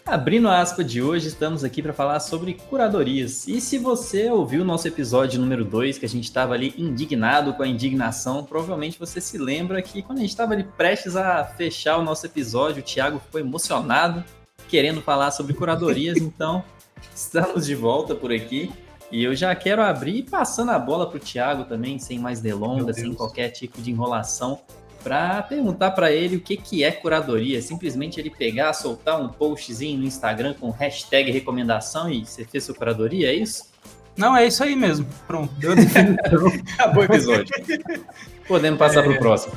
Abrindo a aspa de hoje, estamos aqui para falar sobre curadorias. E se você ouviu o nosso episódio número 2, que a gente estava ali indignado com a indignação, provavelmente você se lembra que quando a gente estava ali prestes a fechar o nosso episódio, o Thiago ficou emocionado, querendo falar sobre curadorias, então estamos de volta por aqui. E eu já quero abrir passando a bola para o Thiago também, sem mais delongas, sem qualquer tipo de enrolação, para perguntar para ele o que é curadoria. Simplesmente ele pegar, soltar um postzinho no Instagram com hashtag recomendação e você fez sua curadoria, é isso? Não, é isso aí mesmo. Pronto, deu a definição. Acabou o episódio. Podemos passar para o próximo.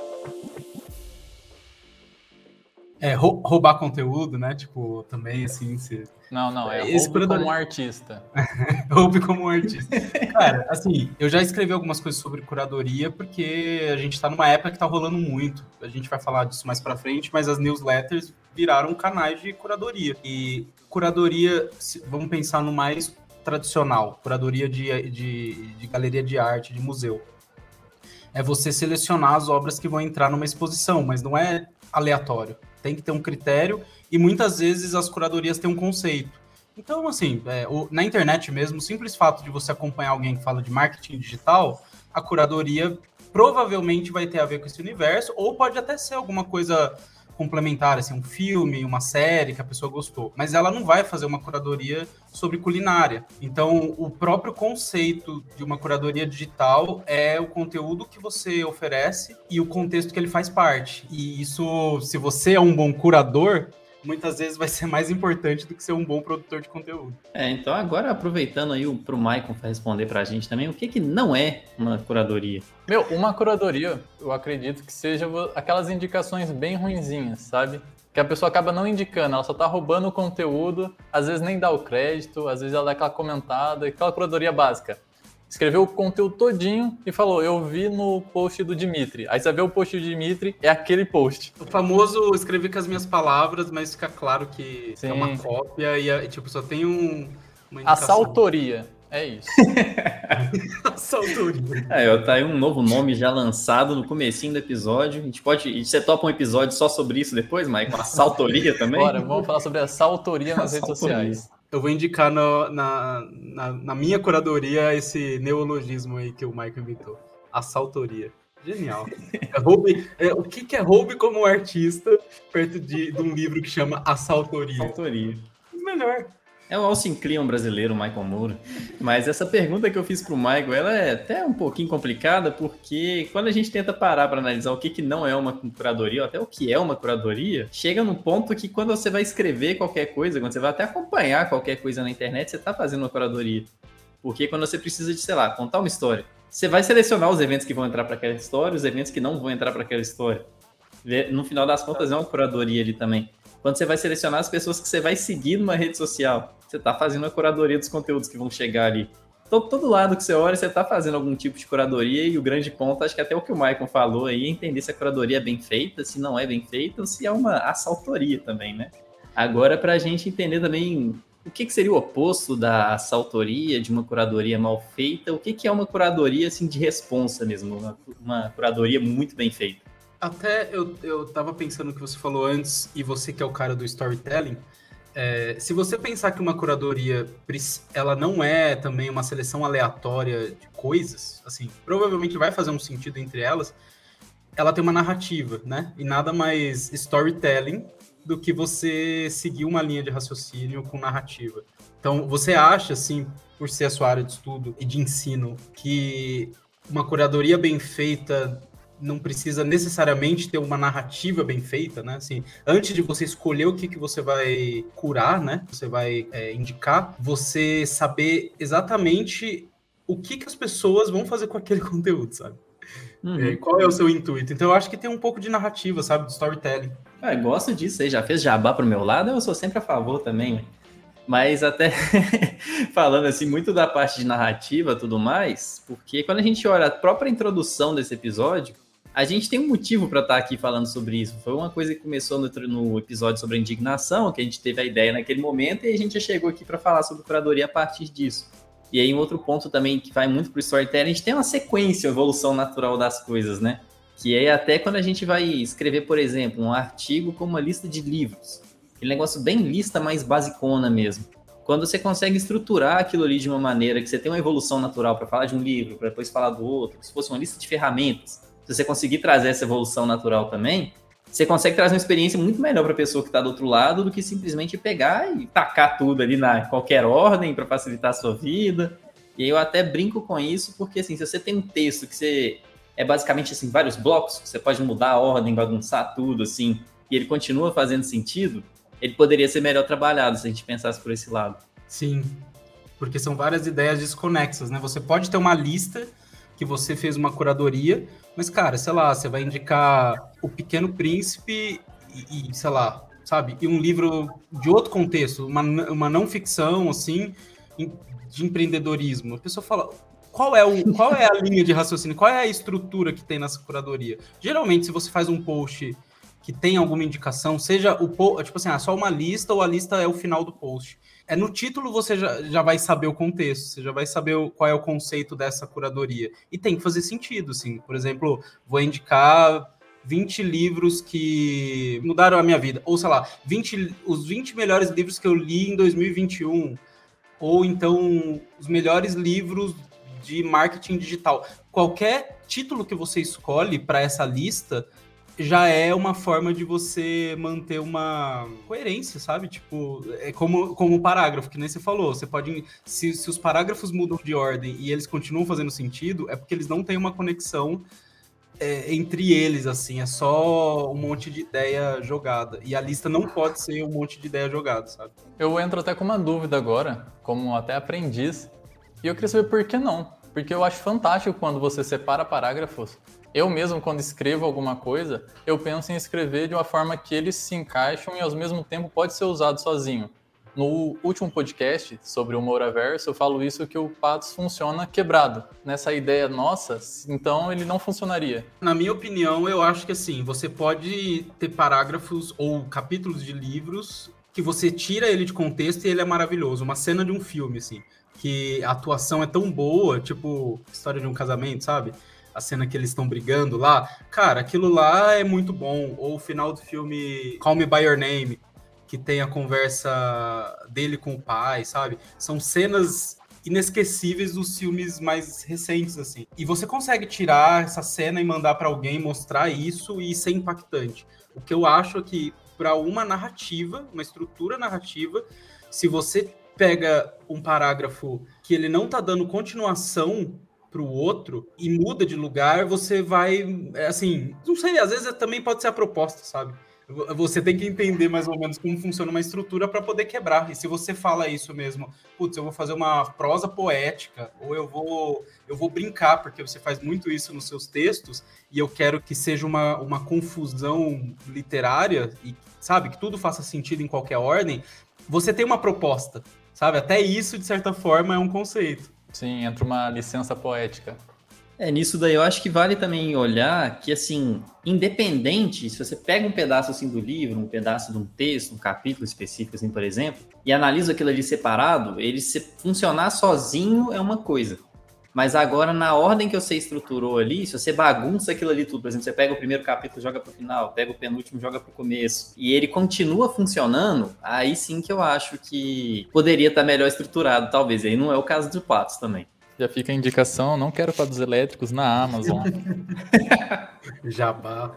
Roubar conteúdo, né? Tipo, também assim... Não, roube como um artista. Roube como um artista. Cara, assim, eu já escrevi algumas coisas sobre curadoria, porque a gente tá numa época que tá rolando muito. A gente vai falar disso mais pra frente, mas as newsletters viraram canais de curadoria. E curadoria, vamos pensar no mais tradicional, curadoria de galeria de arte, de museu. É você selecionar as obras que vão entrar numa exposição, mas não é aleatório. Tem que ter um critério e muitas vezes as curadorias têm um conceito. Então, assim, na internet mesmo, o simples fato de você acompanhar alguém que fala de marketing digital, a curadoria provavelmente vai ter a ver com esse universo, ou pode até ser alguma coisa complementar, assim, um filme, uma série que a pessoa gostou, mas ela não vai fazer uma curadoria sobre culinária. Então, o próprio conceito de uma curadoria digital é o conteúdo que você oferece e o contexto que ele faz parte. E isso, se você é um bom curador, muitas vezes vai ser mais importante do que ser um bom produtor de conteúdo. Então agora aproveitando aí pro Maicon para responder pra gente também, o que não é uma curadoria? Uma curadoria, eu acredito que seja aquelas indicações bem ruinzinhas, sabe? Que a pessoa acaba não indicando, ela só tá roubando o conteúdo, às vezes nem dá o crédito, às vezes ela dá aquela comentada, aquela curadoria básica. Escreveu o conteúdo todinho e falou, eu vi no post do Dimitri. Aí você vê o post do Dimitri, é aquele post. O famoso escrevi com as minhas palavras, mas fica claro que é uma cópia e tipo, só tem uma indicação. Assaltoria, é isso. Assaltoria. Tá aí um novo nome já lançado no comecinho do episódio. Você topa um episódio só sobre isso depois, Maicon? Assaltoria também? Bora, vamos falar sobre assaltoria nas redes sociais. Eu vou indicar na minha curadoria esse neologismo aí que o Michael inventou. Assaltoria. Genial. O que é roube como artista perto de um livro que chama Assaltoria? Assaltoria. Melhor. É o Alcin Cleon brasileiro, Michael Moura. Mas essa pergunta que eu fiz pro Michael, ela é até um pouquinho complicada, porque quando a gente tenta parar para analisar o que não é uma curadoria, ou até o que é uma curadoria, chega no ponto que quando você vai escrever qualquer coisa, quando você vai até acompanhar qualquer coisa na internet, você tá fazendo uma curadoria. Porque quando você precisa de, sei lá, contar uma história, você vai selecionar os eventos que vão entrar para aquela história, os eventos que não vão entrar para aquela história. No final das contas, é uma curadoria ali também. Quando você vai selecionar as pessoas que você vai seguir numa rede social, você está fazendo a curadoria dos conteúdos que vão chegar ali. Todo lado que você olha, você está fazendo algum tipo de curadoria, e o grande ponto, acho que até o que o Maicon falou aí, é entender se a curadoria é bem feita, se não é bem feita, ou se é uma assaltoria também, né? Agora, para a gente entender também o que seria o oposto da assaltoria, de uma curadoria mal feita, o que é uma curadoria assim, de responsa mesmo, uma curadoria muito bem feita. Até eu tava pensando no que você falou antes, e você que é o cara do storytelling, se você pensar que uma curadoria, ela não é também uma seleção aleatória de coisas, assim, provavelmente vai fazer um sentido entre elas, ela tem uma narrativa, né? E nada mais storytelling do que você seguir uma linha de raciocínio com narrativa. Então, você acha, assim, por ser a sua área de estudo e de ensino, que uma curadoria bem feita não precisa necessariamente ter uma narrativa bem feita, né? Assim, antes de você escolher o que você vai curar, né? Você vai indicar, você saber exatamente o que as pessoas vão fazer com aquele conteúdo, sabe? Qual é o seu intuito? Então, eu acho que tem um pouco de narrativa, sabe? De storytelling. Gosto disso aí. Já fez jabá pro meu lado, eu sou sempre a favor também, Mas até falando assim, muito da parte de narrativa e tudo mais, porque quando a gente olha a própria introdução desse episódio, a gente tem um motivo para estar aqui falando sobre isso. Foi uma coisa que começou no episódio sobre a indignação, que a gente teve a ideia naquele momento, e a gente já chegou aqui para falar sobre curadoria a partir disso. E aí um outro ponto também que vai muito pro storytelling, a gente tem uma sequência, uma evolução natural das coisas, né? Que é até quando a gente vai escrever, por exemplo, um artigo com uma lista de livros. aquele negócio bem lista, mais basicona mesmo. Quando você consegue estruturar aquilo ali de uma maneira que você tem uma evolução natural para falar de um livro, para depois falar do outro, se fosse uma lista de ferramentas, se você conseguir trazer essa evolução natural também, você consegue trazer uma experiência muito melhor para a pessoa que está do outro lado do que simplesmente pegar e tacar tudo ali na qualquer ordem para facilitar a sua vida. E aí eu até brinco com isso, porque assim, se você tem um texto que você é basicamente assim, vários blocos, você pode mudar a ordem, bagunçar tudo, assim, e ele continua fazendo sentido, ele poderia ser melhor trabalhado se a gente pensasse por esse lado. Sim, porque são várias ideias desconexas, né? Você pode ter uma lista que você fez uma curadoria, mas, cara, sei lá, você vai indicar O Pequeno Príncipe e sei lá, sabe? E um livro de outro contexto, uma não ficção, assim, de empreendedorismo. A pessoa fala, qual é a linha de raciocínio? Qual é a estrutura que tem nessa curadoria? Geralmente, se você faz um post que tem alguma indicação, seja tipo assim, só uma lista ou a lista é o final do post. No título você já vai saber o contexto, você já vai saber qual é o conceito dessa curadoria. E tem que fazer sentido, assim. Por exemplo, vou indicar 20 livros que mudaram a minha vida. Ou, sei lá, os 20 melhores livros que eu li em 2021. Ou, então, os melhores livros de marketing digital. Qualquer título que você escolhe para essa lista já é uma forma de você manter uma coerência, sabe? Tipo, é como parágrafo, que nem você falou. Você pode... Se os parágrafos mudam de ordem e eles continuam fazendo sentido, é porque eles não têm uma conexão entre eles, assim. É só um monte de ideia jogada. E a lista não pode ser um monte de ideia jogada, sabe? Eu entro até com uma dúvida agora, como até aprendiz, e eu queria saber por que não. Porque eu acho fantástico quando você separa parágrafos. Eu mesmo, quando escrevo alguma coisa, eu penso em escrever de uma forma que eles se encaixam e, ao mesmo tempo, pode ser usado sozinho. No último podcast sobre o Mouraverso, eu falo isso, que o Patos funciona quebrado. Nessa ideia nossa, então ele não funcionaria. Na minha opinião, eu acho que assim, você pode ter parágrafos ou capítulos de livros que você tira ele de contexto e ele é maravilhoso. Uma cena de um filme, assim, que a atuação é tão boa, tipo, história de um casamento, sabe? A cena que eles estão brigando lá, cara, aquilo lá é muito bom. Ou o final do filme Call Me By Your Name, que tem a conversa dele com o pai, sabe? São cenas inesquecíveis dos filmes mais recentes, assim. E você consegue tirar essa cena e mandar para alguém mostrar isso e ser impactante. O que eu acho é que para uma narrativa, uma estrutura narrativa, se você pega um parágrafo que ele não tá dando continuação para o outro e muda de lugar, você vai, assim, não sei, às vezes também pode ser a proposta, sabe? Você tem que entender mais ou menos como funciona uma estrutura para poder quebrar. E se você fala isso mesmo, putz, eu vou fazer uma prosa poética, ou eu vou brincar, porque você faz muito isso nos seus textos, e eu quero que seja uma confusão literária, e sabe, que tudo faça sentido em qualquer ordem, você tem uma proposta, sabe? Até isso, de certa forma, é um conceito. Sim, entra uma licença poética. Nisso daí eu acho que vale também olhar que, assim, independente, se você pega um pedaço assim do livro, um pedaço de um texto, um capítulo específico, assim, por exemplo, e analisa aquilo ali separado, ele funcionar sozinho é uma coisa. Mas agora, na ordem que você estruturou ali, se você bagunça aquilo ali tudo, por exemplo, você pega o primeiro capítulo e joga pro final, pega o penúltimo e joga pro começo, e ele continua funcionando, aí sim que eu acho que poderia estar melhor estruturado, talvez. E aí não é o caso do Patos também. Já fica a indicação, não quero quadros elétricos na Amazon. Jabá.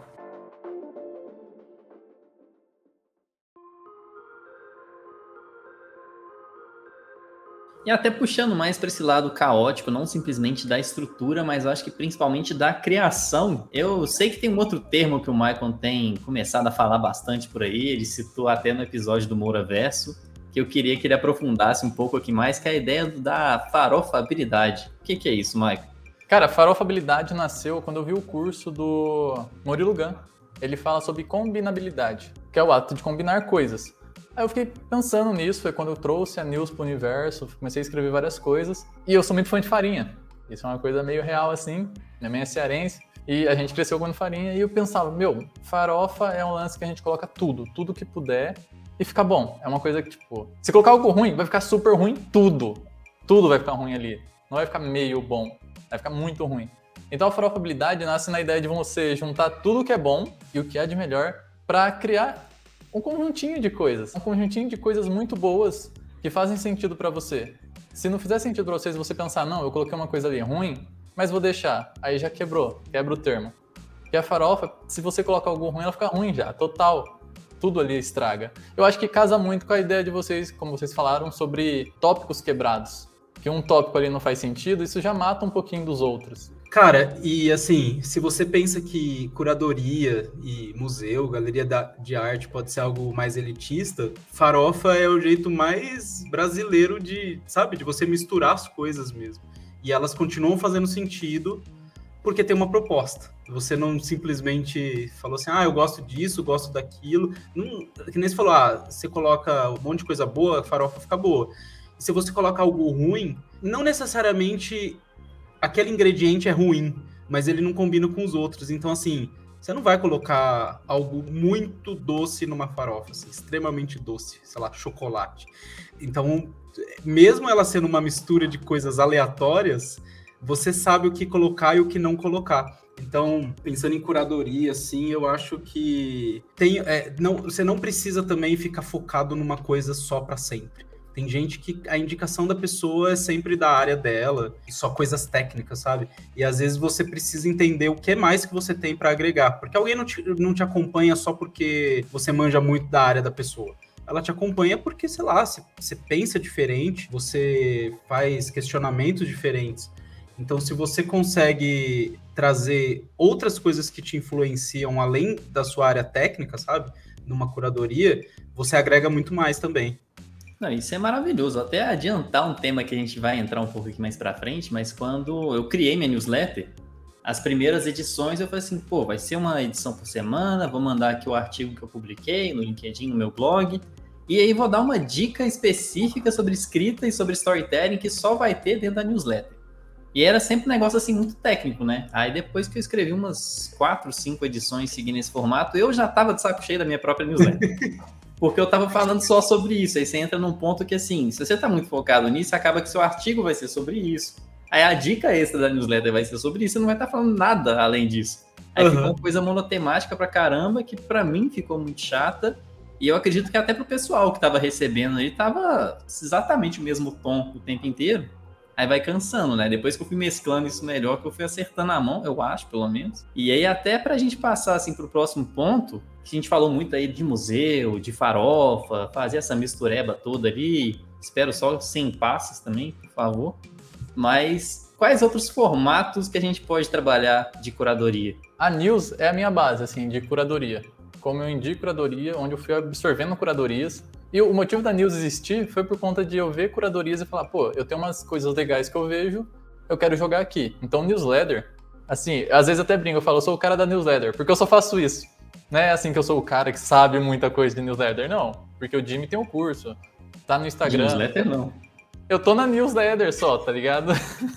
E até puxando mais para esse lado caótico, não simplesmente da estrutura, mas eu acho que principalmente da criação. Eu sei que tem um outro termo que o Maicon tem começado a falar bastante por aí, ele citou até no episódio do Mouraverso, que eu queria que ele aprofundasse um pouco aqui mais, que é a ideia da farofabilidade. O que é isso, Maicon? Cara, farofabilidade nasceu quando eu vi o curso do Murilo Gun. Ele fala sobre combinabilidade, que é o ato de combinar coisas. Aí eu fiquei pensando nisso, foi quando eu trouxe a News pro universo, comecei a escrever várias coisas, e eu sou muito fã de farinha. Isso é uma coisa meio real, assim, minha mãe é cearense, e a gente cresceu comendo farinha, e eu pensava, farofa é um lance que a gente coloca tudo que puder, e fica bom. É uma coisa que, tipo, se colocar algo ruim, vai ficar super ruim tudo. Tudo vai ficar ruim ali. Não vai ficar meio bom, vai ficar muito ruim. Então a farofabilidade nasce na ideia de você juntar tudo que é bom e o que há de melhor para criar um conjuntinho de coisas. Um conjuntinho de coisas muito boas que fazem sentido pra você. Se não fizer sentido pra vocês, você pensar, não, eu coloquei uma coisa ali ruim, mas vou deixar. Aí já quebra o termo. E a farofa, se você colocar algo ruim, ela fica ruim já, total. Tudo ali estraga. Eu acho que casa muito com a ideia de vocês, como vocês falaram, sobre tópicos quebrados. Que um tópico ali não faz sentido, isso já mata um pouquinho dos outros. Cara, e assim, se você pensa que curadoria e museu, galeria de arte pode ser algo mais elitista, farofa é o jeito mais brasileiro de, sabe, de você misturar as coisas mesmo. E elas continuam fazendo sentido porque tem uma proposta. Você não simplesmente falou assim, eu gosto disso, gosto daquilo. Não, que nem você falou, você coloca um monte de coisa boa, a farofa fica boa. E se você coloca algo ruim, não necessariamente aquele ingrediente é ruim, mas ele não combina com os outros. Então, assim, você não vai colocar algo muito doce numa farofa, assim, extremamente doce, sei lá, chocolate. Então, mesmo ela sendo uma mistura de coisas aleatórias, você sabe o que colocar e o que não colocar. Então, pensando em curadoria, assim, eu acho que você não precisa também ficar focado numa coisa só para sempre. Tem gente que a indicação da pessoa é sempre da área dela, e só coisas técnicas, sabe? E às vezes você precisa entender o que mais que você tem para agregar. Porque alguém não te acompanha só porque você manja muito da área da pessoa. Ela te acompanha porque, sei lá, você pensa diferente, você faz questionamentos diferentes. Então, se você consegue trazer outras coisas que te influenciam além da sua área técnica, sabe? Numa curadoria, você agrega muito mais também. Não, isso é maravilhoso. Até adiantar um tema que a gente vai entrar um pouco aqui mais pra frente, mas quando eu criei minha newsletter, as primeiras edições eu falei assim, vai ser uma edição por semana, vou mandar aqui o artigo que eu publiquei no LinkedIn, no meu blog, e aí vou dar uma dica específica sobre escrita e sobre storytelling que só vai ter dentro da newsletter. E era sempre um negócio assim muito técnico, né? Aí depois que eu escrevi umas 4, 5 edições seguindo esse formato, eu já tava de saco cheio da minha própria newsletter. Porque eu tava falando só sobre isso. Aí você entra num ponto que, assim, se você tá muito focado nisso, acaba que seu artigo vai ser sobre isso. Aí a dica extra da newsletter vai ser sobre isso, você não vai estar falando nada além disso. Aí fica uma coisa monotemática pra caramba, que pra mim ficou muito chata. E eu acredito que até pro pessoal que tava recebendo aí, tava exatamente o mesmo tom o tempo inteiro. Aí vai cansando, né? Depois que eu fui mesclando isso melhor, que eu fui acertando a mão, eu acho, pelo menos. E aí até pra gente passar, assim, pro próximo ponto, que a gente falou muito aí de museu, de farofa, fazer essa mistureba toda ali. Espero só 100 passes também, por favor. Mas quais outros formatos que a gente pode trabalhar de curadoria? A news é a minha base, assim, de curadoria. Como eu indico curadoria, onde eu fui absorvendo curadorias. E o motivo da news existir foi por conta de eu ver curadorias e falar, eu tenho umas coisas legais que eu vejo, eu quero jogar aqui. Então, newsletter, assim, às vezes eu até brinco, eu falo, eu sou o cara da newsletter, porque eu só faço isso. Não é assim que eu sou o cara que sabe muita coisa de newsletter, não. Porque o Jimmy tem um curso, tá no Instagram. De newsletter, não. Eu tô na newsletter só, tá ligado?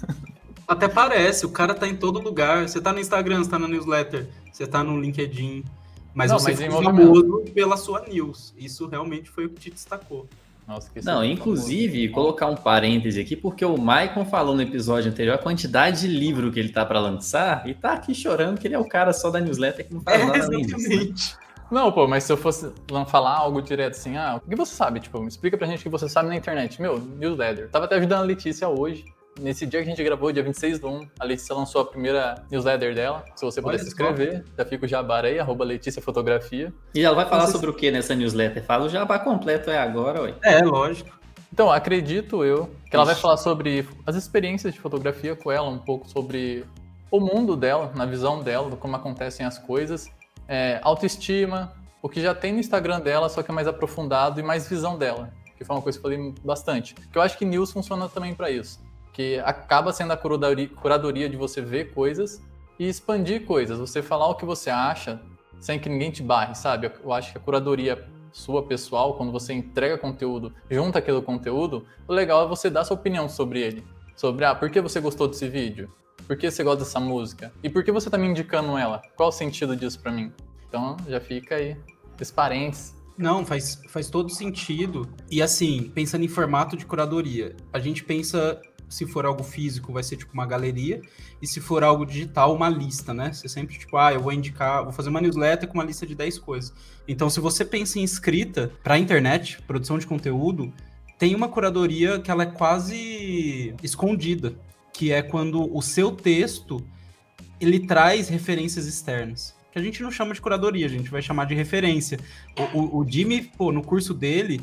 Até parece, o cara tá em todo lugar. Você tá no Instagram, você tá na newsletter, você tá no LinkedIn. Mas você foi famoso pela sua news. Isso realmente foi o que te destacou. Nossa, que não, inclusive, colocar um parêntese aqui, porque o Maicon falou no episódio anterior a quantidade de livro que ele tá para lançar e tá aqui chorando que ele é o cara só da newsletter que não faz nada além disso. Né? Não, mas se eu fosse falar algo direto assim, o que você sabe? Tipo, explica pra gente o que você sabe na internet. Meu, newsletter. Tava até ajudando a Letícia hoje. Nesse dia que a gente gravou, dia 26/1, a Letícia lançou a primeira newsletter dela. Se você puder se inscrever, já fica o jabá aí, @Letícia Fotografia. E ela vai falar sobre o que nessa newsletter? Fala o jabá completo agora, ué. Lógico. Então, acredito eu que ela vai falar sobre as experiências de fotografia com ela, um pouco sobre o mundo dela, na visão dela, de como acontecem as coisas, autoestima, o que já tem no Instagram dela, só que é mais aprofundado e mais visão dela, que foi uma coisa que eu falei bastante. Que eu acho que news funciona também para isso. Que acaba sendo a curadoria de você ver coisas e expandir coisas. Você falar o que você acha sem que ninguém te barre, sabe? Eu acho que a curadoria sua pessoal, quando você entrega conteúdo, junta aquele conteúdo, o legal é você dar sua opinião sobre ele. Sobre, por que você gostou desse vídeo? Por que você gosta dessa música? E por que você tá me indicando ela? Qual o sentido disso pra mim? Então, já fica aí, os parentes. Não, faz todo sentido. E assim, pensando em formato de curadoria, a gente pensa se for algo físico, vai ser tipo uma galeria, e se for algo digital, uma lista, né? Você sempre, tipo, eu vou fazer uma newsletter com uma lista de 10 coisas. Então, se você pensa em escrita para internet, produção de conteúdo, tem uma curadoria que ela é quase escondida, que é quando o seu texto, ele traz referências externas. Que a gente não chama de curadoria, a gente vai chamar de referência. O Jimmy, no curso dele,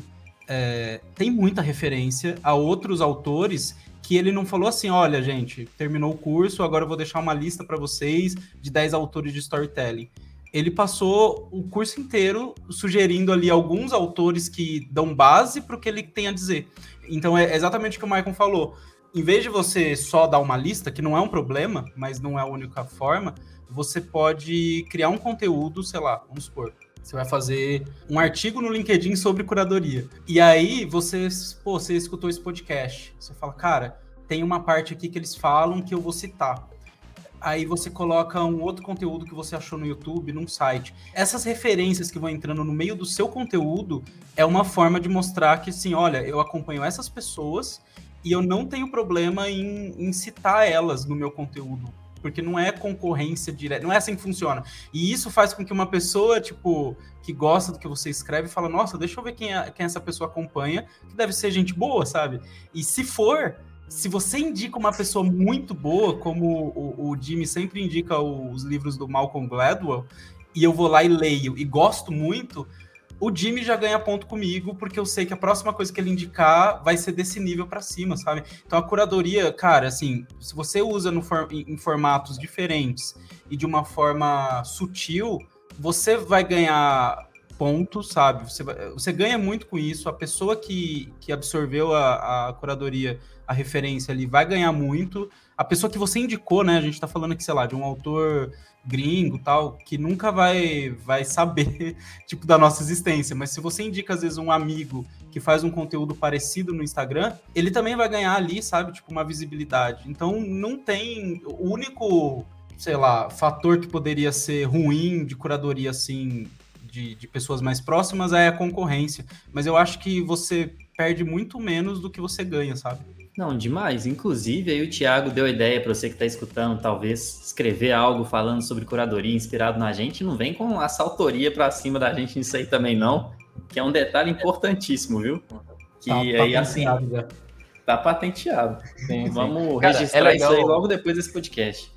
tem muita referência a outros autores que ele não falou assim, olha, gente, terminou o curso, agora eu vou deixar uma lista para vocês de 10 autores de storytelling. Ele passou o curso inteiro sugerindo ali alguns autores que dão base para o que ele tem a dizer. Então, é exatamente o que o Maicon falou. Em vez de você só dar uma lista, que não é um problema, mas não é a única forma, você pode criar um conteúdo, sei lá, vamos supor, você vai fazer um artigo no LinkedIn sobre curadoria. E aí, você escutou esse podcast. Você fala, cara, tem uma parte aqui que eles falam que eu vou citar. Aí você coloca um outro conteúdo que você achou no YouTube, num site. Essas referências que vão entrando no meio do seu conteúdo é uma forma de mostrar que, assim, olha, eu acompanho essas pessoas e eu não tenho problema em citar elas no meu conteúdo. Porque não é concorrência direta, não é assim que funciona. E isso faz com que uma pessoa, tipo, que gosta do que você escreve, fala, nossa, deixa eu ver quem essa pessoa acompanha, que deve ser gente boa, sabe? E se você indica uma pessoa muito boa, como o Jimmy sempre indica os livros do Malcolm Gladwell, e eu vou lá e leio, e gosto muito, o Jimmy já ganha ponto comigo, porque eu sei que a próxima coisa que ele indicar vai ser desse nível para cima, sabe? Então a curadoria, cara, assim, se você usa em formatos diferentes e de uma forma sutil, você vai ganhar pontos, sabe? Você ganha muito com isso, a pessoa que absorveu a curadoria, a referência ali, vai ganhar muito. A pessoa que você indicou, né? A gente tá falando aqui, sei lá, de um autor gringo tal, que nunca vai saber, tipo, da nossa existência. Mas se você indica, às vezes, um amigo que faz um conteúdo parecido no Instagram, ele também vai ganhar ali, sabe? Tipo, uma visibilidade. Então, não tem... O único, sei lá, fator que poderia ser ruim de curadoria, assim, de pessoas mais próximas é a concorrência. Mas eu acho que você perde muito menos do que você ganha, sabe? Não, demais. Inclusive, aí o Thiago deu a ideia para você que está escutando, talvez escrever algo falando sobre curadoria inspirado na gente. Não vem com essa autoria para cima da gente nisso aí também, não. Que é um detalhe importantíssimo, viu? Que aí, assim, tá patenteado. Sim. Vamos Cara, registrar isso aí logo depois desse podcast.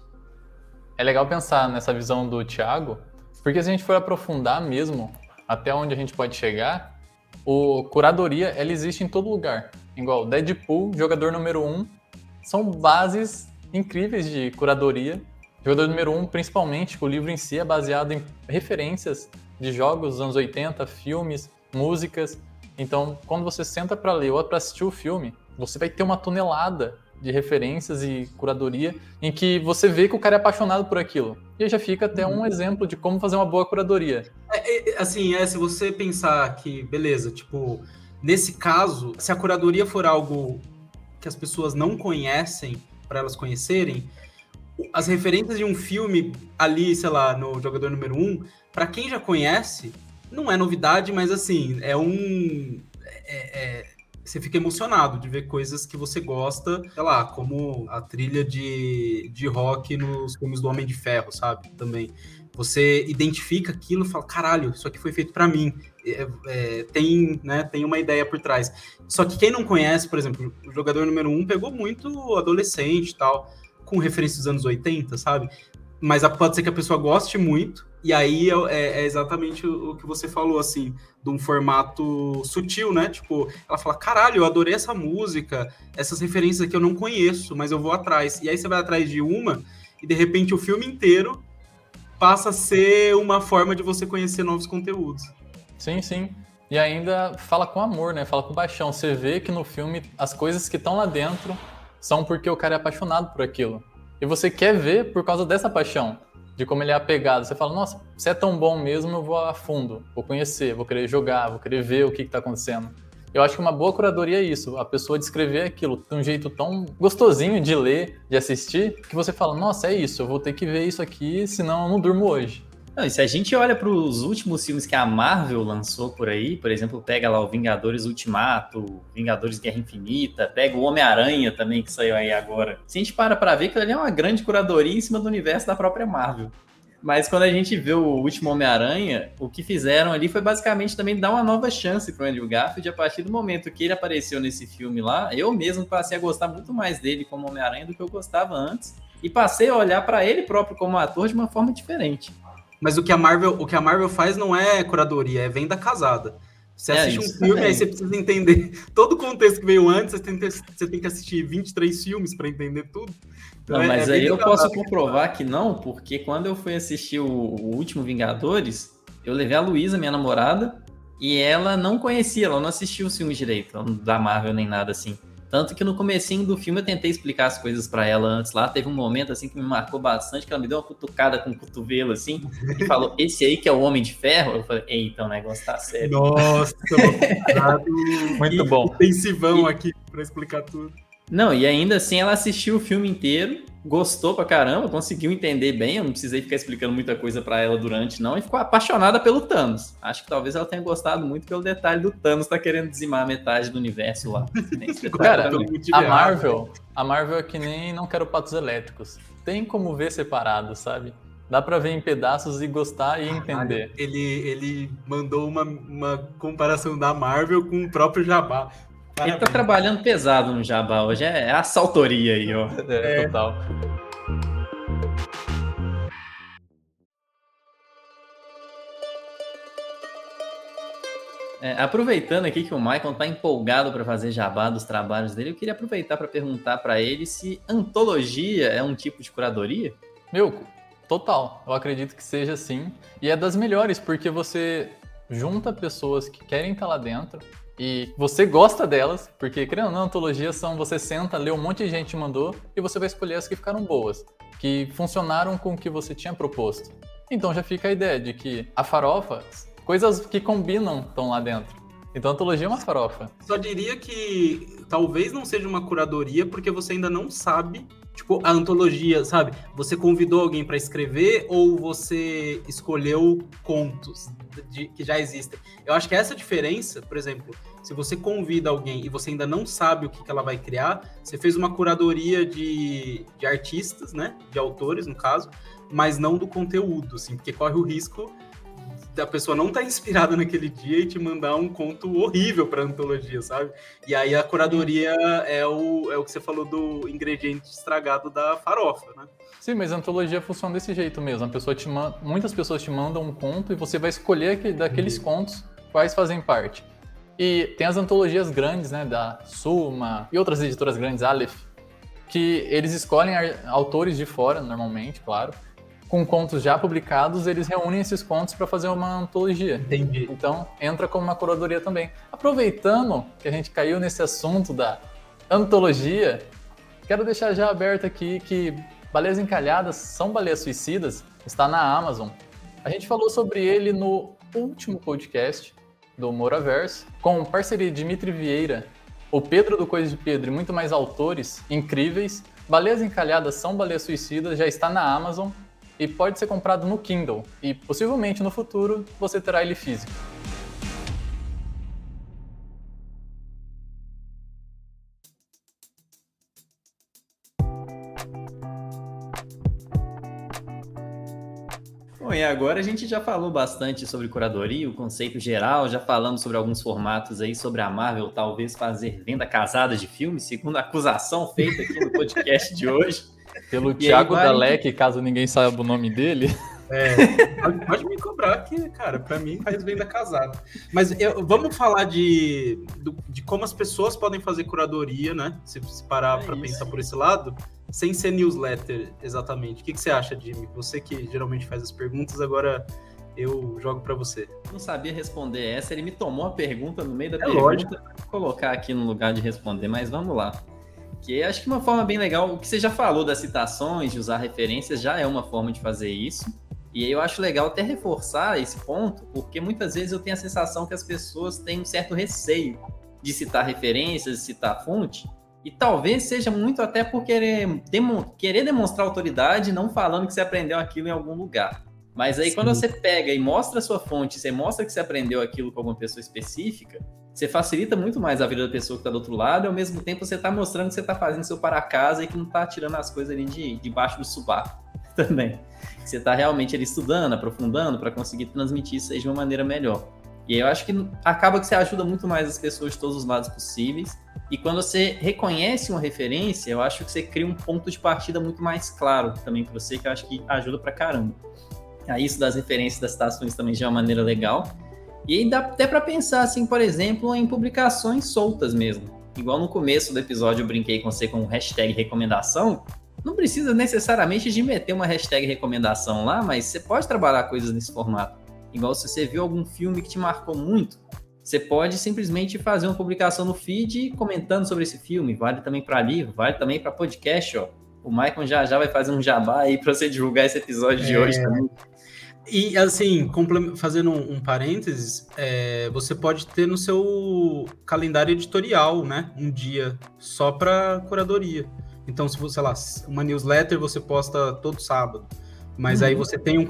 É legal pensar nessa visão do Thiago, porque se a gente for aprofundar mesmo até onde a gente pode chegar, curadoria, ela existe em todo lugar. Igual Deadpool, jogador número 1, são bases incríveis de curadoria. Jogador número 1, principalmente, o livro em si é baseado em referências de jogos dos anos 80, filmes, músicas. Então, quando você senta para ler ou para assistir o filme, você vai ter uma tonelada de referências e curadoria em que você vê que o cara é apaixonado por aquilo. E aí já fica até um exemplo de como fazer uma boa curadoria. Se você pensar que, beleza, tipo... Nesse caso, se a curadoria for algo que as pessoas não conhecem, para elas conhecerem, as referências de um filme ali, sei lá, no Jogador Número 1, para quem já conhece, não é novidade, mas assim, você fica emocionado de ver coisas que você gosta, sei lá, como a trilha de rock nos filmes do Homem de Ferro, sabe? Também. Você identifica aquilo e fala, caralho, isso aqui foi feito para mim. Tem uma ideia por trás. Só que quem não conhece, por exemplo, o Jogador Número 1 pegou muito adolescente e tal, com referência dos anos 80, sabe? Mas pode ser que a pessoa goste muito, e aí é exatamente o que você falou, assim, de um formato sutil, né? Tipo, ela fala, caralho, eu adorei essa música, essas referências aqui eu não conheço, mas eu vou atrás. E aí você vai atrás de uma, e de repente o filme inteiro passa a ser uma forma de você conhecer novos conteúdos. Sim, sim. E ainda fala com amor, né? Fala com paixão. Você vê que no filme as coisas que estão lá dentro são porque o cara é apaixonado por aquilo. E você quer ver por causa dessa paixão, de como ele é apegado. Você fala, nossa, se é tão bom mesmo, eu vou a fundo, vou conhecer, vou querer jogar, vou querer ver o que está acontecendo. Eu acho que uma boa curadoria é isso, a pessoa descrever aquilo de um jeito tão gostosinho de ler, de assistir, que você fala, nossa, é isso, eu vou ter que ver isso aqui, senão eu não durmo hoje. Não, e se a gente olha para os últimos filmes que a Marvel lançou por aí, por exemplo, pega lá o Vingadores Ultimato, Vingadores Guerra Infinita, pega o Homem-Aranha também, que saiu aí agora. Se a gente para ver que ele é uma grande curadoria em cima do universo da própria Marvel. Mas quando a gente vê o último Homem-Aranha, o que fizeram ali foi basicamente também dar uma nova chance para o Andrew Garfield. A partir do momento que ele apareceu nesse filme lá, eu mesmo passei a gostar muito mais dele como Homem-Aranha do que eu gostava antes. E passei a olhar para ele próprio como ator de uma forma diferente. Mas o que a Marvel faz não é curadoria, é venda casada. Você assiste um filme, também. Aí você precisa entender todo o contexto que veio antes, você tem que assistir 23 filmes para entender tudo. Então não, mas aí eu posso comprovar que não, porque quando eu fui assistir o último Vingadores, eu levei a Luísa, minha namorada, e ela não conhecia, ela não assistiu os filmes direito, da Marvel nem nada assim. Tanto que no comecinho do filme eu tentei explicar as coisas pra ela antes lá. Teve um momento assim que me marcou bastante, que ela me deu uma cutucada com o cotovelo assim e falou, esse aí que é o Homem de Ferro? Eu falei, eita, o negócio tá sério. Nossa, muito bom. Intensivão aqui pra explicar tudo. Não, e ainda assim ela assistiu o filme inteiro, gostou pra caramba, conseguiu entender bem, eu não precisei ficar explicando muita coisa pra ela durante não, e ficou apaixonada pelo Thanos. Acho que talvez ela tenha gostado muito pelo detalhe do Thanos tá querendo dizimar metade do universo lá. Cara, a Marvel é que nem Não Quero Patos Elétricos. Tem como ver separado, sabe? Dá pra ver em pedaços e gostar e entender. Ele mandou uma comparação da Marvel com o próprio Jabá. Parabéns. Ele tá trabalhando pesado no Jabá hoje, é a saltoria aí, ó. Total. Aproveitando aqui que o Michael tá empolgado para fazer Jabá dos trabalhos dele, eu queria aproveitar para perguntar para ele se antologia é um tipo de curadoria? Total. Eu acredito que seja sim. E é das melhores, porque você junta pessoas que querem estar lá dentro, e você gosta delas, porque, querendo ou não, antologias são você senta, lê um monte de gente mandou e você vai escolher as que ficaram boas, que funcionaram com o que você tinha proposto. Então já fica a ideia de que a farofa, coisas que combinam estão lá dentro. Então a antologia é uma farofa. Só diria que talvez não seja uma curadoria porque você ainda não sabe, tipo, a antologia, sabe? Você convidou alguém para escrever ou você escolheu contos que já existem? Eu acho que essa diferença, por exemplo, se você convida alguém e você ainda não sabe o que ela vai criar, você fez uma curadoria de artistas, né? De autores, no caso, mas não do conteúdo, assim, porque corre o risco da pessoa não estar inspirada naquele dia e te mandar um conto horrível para antologia, sabe? E aí a curadoria é o que você falou do ingrediente estragado da farofa, né? Sim, mas a antologia funciona desse jeito mesmo. Muitas pessoas te mandam um conto e você vai escolher daqueles contos quais fazem parte. E tem as antologias grandes, né, da Suma e outras editoras grandes, Aleph, que eles escolhem autores de fora, normalmente, claro, com contos já publicados, eles reúnem esses contos para fazer uma antologia. Entendi. Então, entra como uma curadoria também. Aproveitando que a gente caiu nesse assunto da antologia, quero deixar já aberto aqui que Baleias Encalhadas são baleias suicidas, está na Amazon. A gente falou sobre ele no último podcast do Moraverso, com parceria de Dimitri Vieira, o Pedro do Coisa de Pedro e muito mais autores incríveis. Baleias Encalhadas são baleias suicidas, já está na Amazon. E pode ser comprado no Kindle. E possivelmente no futuro você terá ele físico. Bom, e agora a gente já falou bastante sobre curadoria, o conceito geral, já falamos sobre alguns formatos aí, sobre a Marvel talvez fazer venda casada de filmes, segundo a acusação feita aqui no podcast de hoje. Pelo Thiago Dalek, caso ninguém saiba o nome dele. Pode me cobrar que, cara, pra mim faz venda casada. Mas vamos falar de como as pessoas podem fazer curadoria, né? Se parar pra pensar por esse lado, sem ser newsletter, exatamente. O que você acha, Jimmy? Você que geralmente faz as perguntas, agora eu jogo pra você. Não sabia responder essa, ele me tomou a pergunta no meio da pergunta. Vou colocar aqui no lugar de responder, mas vamos lá. Que acho que uma forma bem legal, o que você já falou das citações, de usar referências, já é uma forma de fazer isso. E aí eu acho legal até reforçar esse ponto, porque muitas vezes eu tenho a sensação que as pessoas têm um certo receio de citar referências, de citar fonte, e talvez seja muito até por querer demonstrar autoridade, não falando que você aprendeu aquilo em algum lugar. Mas aí Sim. quando você pega e mostra a sua fonte, você mostra que você aprendeu aquilo com alguma pessoa específica, você facilita muito mais a vida da pessoa que está do outro lado, e ao mesmo tempo você está mostrando que você está fazendo seu para casa e que não está tirando as coisas ali debaixo do sovaco também. Você está realmente ali estudando, aprofundando para conseguir transmitir isso aí de uma maneira melhor. E aí eu acho que acaba que você ajuda muito mais as pessoas de todos os lados possíveis. E quando você reconhece uma referência, eu acho que você cria um ponto de partida muito mais claro também para você, que eu acho que ajuda pra caramba. Aí isso das referências, das citações também já é uma maneira legal. E aí dá até para pensar, assim, por exemplo, em publicações soltas mesmo. Igual no começo do episódio eu brinquei com você com o hashtag recomendação. Não precisa necessariamente de meter uma hashtag recomendação lá, mas você pode trabalhar coisas nesse formato. Igual se você viu algum filme que te marcou muito, você pode simplesmente fazer uma publicação no feed comentando sobre esse filme. Vale também para livro, vale também para podcast, ó. O Maicon já vai fazer um jabá aí para você divulgar esse episódio de hoje também. E, assim, fazendo um parênteses, você pode ter no seu calendário editorial, né, um dia só para curadoria. Então, se você, sei lá, uma newsletter você posta todo sábado, mas aí você tem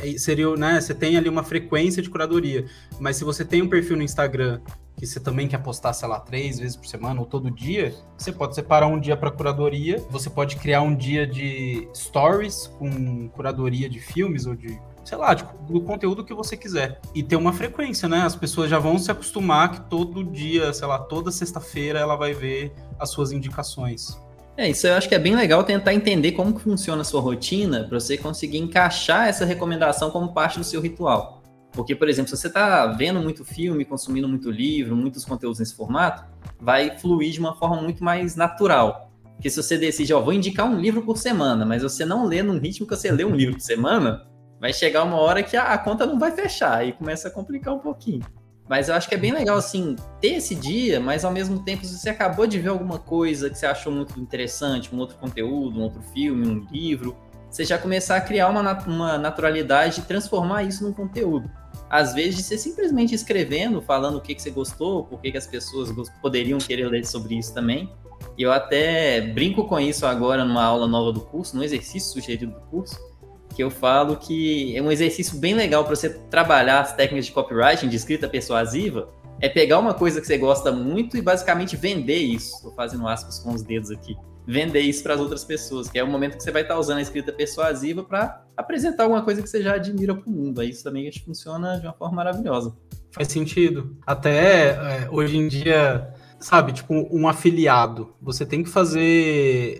você tem ali uma frequência de curadoria. Mas se você tem um perfil no Instagram que você também quer postar, sei lá, 3 vezes por semana ou todo dia, você pode separar um dia para curadoria, você pode criar um dia de stories com curadoria de filmes ou de, sei lá, do conteúdo que você quiser. E ter uma frequência, né? As pessoas já vão se acostumar que todo dia, sei lá, toda sexta-feira ela vai ver as suas indicações. Isso eu acho que é bem legal tentar entender como que funciona a sua rotina para você conseguir encaixar essa recomendação como parte do seu ritual. Porque, por exemplo, se você está vendo muito filme, consumindo muito livro, muitos conteúdos nesse formato, vai fluir de uma forma muito mais natural. Porque se você decide, vou indicar um livro por semana, mas você não lê num ritmo que você lê um livro por semana, vai chegar uma hora que a conta não vai fechar e começa a complicar um pouquinho. Mas eu acho que é bem legal, assim, ter esse dia, mas ao mesmo tempo, se você acabou de ver alguma coisa que você achou muito interessante, um outro conteúdo, um outro filme, um livro, você já começar a criar uma naturalidade de transformar isso num conteúdo. Às vezes, de ser simplesmente escrevendo, falando o que você gostou, por que as pessoas poderiam querer ler sobre isso também. E eu até brinco com isso agora numa aula nova do curso, num exercício sugerido do curso, que eu falo que é um exercício bem legal para você trabalhar as técnicas de copywriting, de escrita persuasiva, é pegar uma coisa que você gosta muito e basicamente vender isso. Estou fazendo aspas com os dedos aqui. Vender isso para as outras pessoas, que é o momento que você vai estar usando a escrita persuasiva para apresentar alguma coisa que você já admira para o mundo. Aí isso também acho que funciona de uma forma maravilhosa. Faz sentido. Até hoje em dia, sabe, tipo um afiliado. Você tem que fazer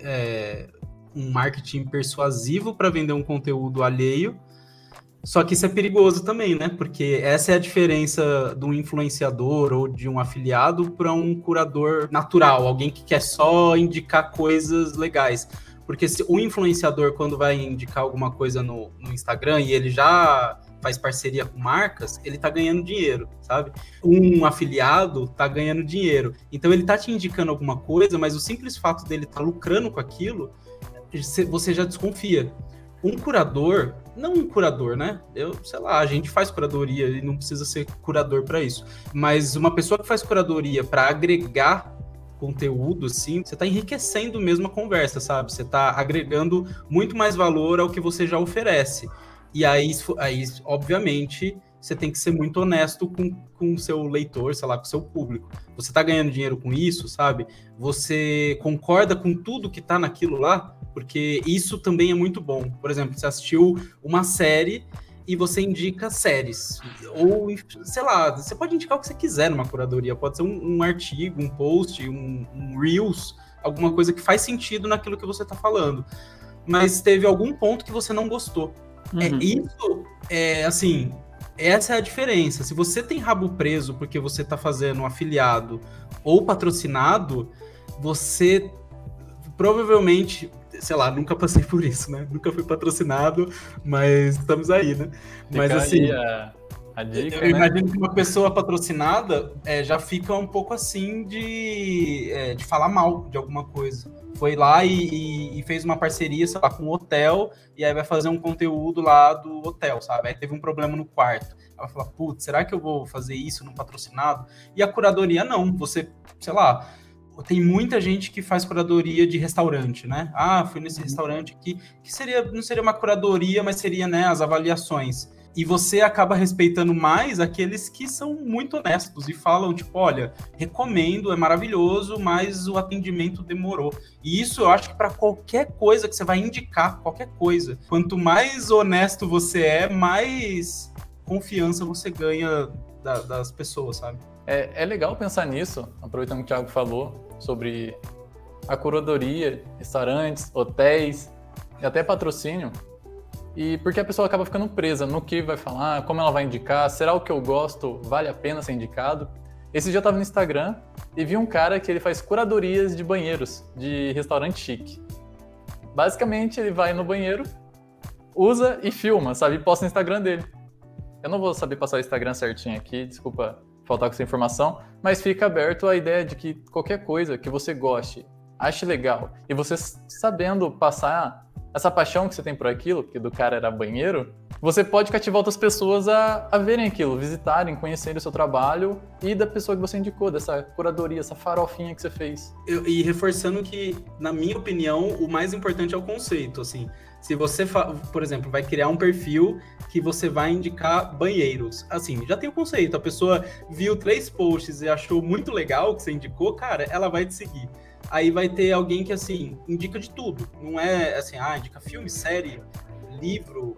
um marketing persuasivo para vender um conteúdo alheio, só que isso é perigoso também, né? Porque essa é a diferença de um influenciador ou de um afiliado para um curador natural, alguém que quer só indicar coisas legais. Porque se o influenciador, quando vai indicar alguma coisa no Instagram e ele já faz parceria com marcas, ele tá ganhando dinheiro, sabe? Um afiliado tá ganhando dinheiro. Então ele tá te indicando alguma coisa, mas o simples fato dele tá lucrando com aquilo, você já desconfia. Um curador, não um curador, né? Sei lá, a gente faz curadoria e não precisa ser curador para isso. Mas uma pessoa que faz curadoria para agregar conteúdo, assim, você tá enriquecendo mesmo a conversa, sabe? Você tá agregando muito mais valor ao que você já oferece. E aí obviamente, você tem que ser muito honesto com o seu leitor, sei lá, com o seu público. Você tá ganhando dinheiro com isso, sabe? Você concorda com tudo que tá naquilo lá? Porque isso também é muito bom. Por exemplo, você assistiu uma série e você indica séries. Ou, sei lá, você pode indicar o que você quiser numa curadoria. Pode ser um artigo, um post, um Reels, alguma coisa que faz sentido naquilo que você tá falando. Mas teve algum ponto que você não gostou. Assim, essa é a diferença. Se você tem rabo preso porque você tá fazendo um afiliado ou patrocinado, você provavelmente, sei lá, nunca passei por isso, né? Nunca fui patrocinado, mas estamos aí, né? Mas assim, a dica, eu imagino que uma pessoa patrocinada já fica um pouco assim de falar mal de alguma coisa. Foi lá e fez uma parceria, sei lá, com um hotel, e aí vai fazer um conteúdo lá do hotel, sabe? Aí teve um problema no quarto. Ela fala, putz, será que eu vou fazer isso no patrocinado? E a curadoria não, você, sei lá, tem muita gente que faz curadoria de restaurante, né? Fui nesse restaurante aqui, que não seria uma curadoria, mas seria, né, as avaliações. E você acaba respeitando mais aqueles que são muito honestos e falam, tipo, olha, recomendo, é maravilhoso, mas o atendimento demorou. E isso eu acho que para qualquer coisa que você vai indicar, qualquer coisa, quanto mais honesto você é, mais confiança você ganha das pessoas, sabe? É legal pensar nisso, aproveitando que o Thiago falou sobre a curadoria, restaurantes, hotéis e até patrocínio. E porque a pessoa acaba ficando presa no que vai falar, como ela vai indicar, será o que eu gosto, vale a pena ser indicado? Esse dia eu tava no Instagram e vi um cara que ele faz curadorias de banheiros, de restaurante chique. Basicamente, ele vai no banheiro, usa e filma, sabe? E posta no Instagram dele. Eu não vou saber passar o Instagram certinho aqui, desculpa faltar com essa informação, mas fica aberto a ideia de que qualquer coisa que você goste, ache legal, e você sabendo passar essa paixão que você tem por aquilo, porque do cara era banheiro, você pode cativar outras pessoas a verem aquilo, visitarem, conhecerem o seu trabalho e da pessoa que você indicou, dessa curadoria, essa farofinha que você fez. E reforçando que, na minha opinião, o mais importante é o conceito, assim. Se você, por exemplo, vai criar um perfil que você vai indicar banheiros, assim, já tem o conceito, a pessoa viu 3 posts e achou muito legal o que você indicou, cara, ela vai te seguir. Aí vai ter alguém que, assim, indica de tudo. Não é, assim, indica filme, série, livro,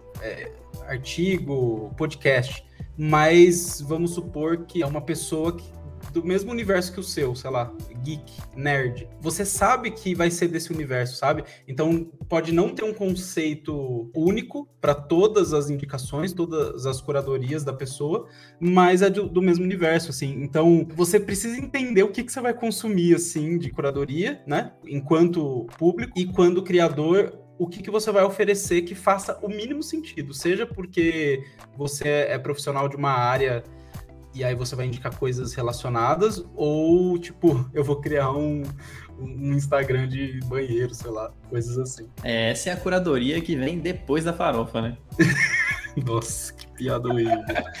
artigo, podcast. Mas vamos supor que é uma pessoa do mesmo universo que o seu, sei lá, geek, nerd. Você sabe que vai ser desse universo, sabe? Então, pode não ter um conceito único para todas as indicações, todas as curadorias da pessoa, mas é do mesmo universo, assim. Então, você precisa entender o que você vai consumir, assim, de curadoria, né? Enquanto público, e quando criador, o que você vai oferecer que faça o mínimo sentido. Seja porque você é profissional de uma área e aí você vai indicar coisas relacionadas, ou, tipo, eu vou criar um Instagram de banheiro, sei lá, coisas assim. Essa é a curadoria que vem depois da farofa, né? Nossa, que piada horrível.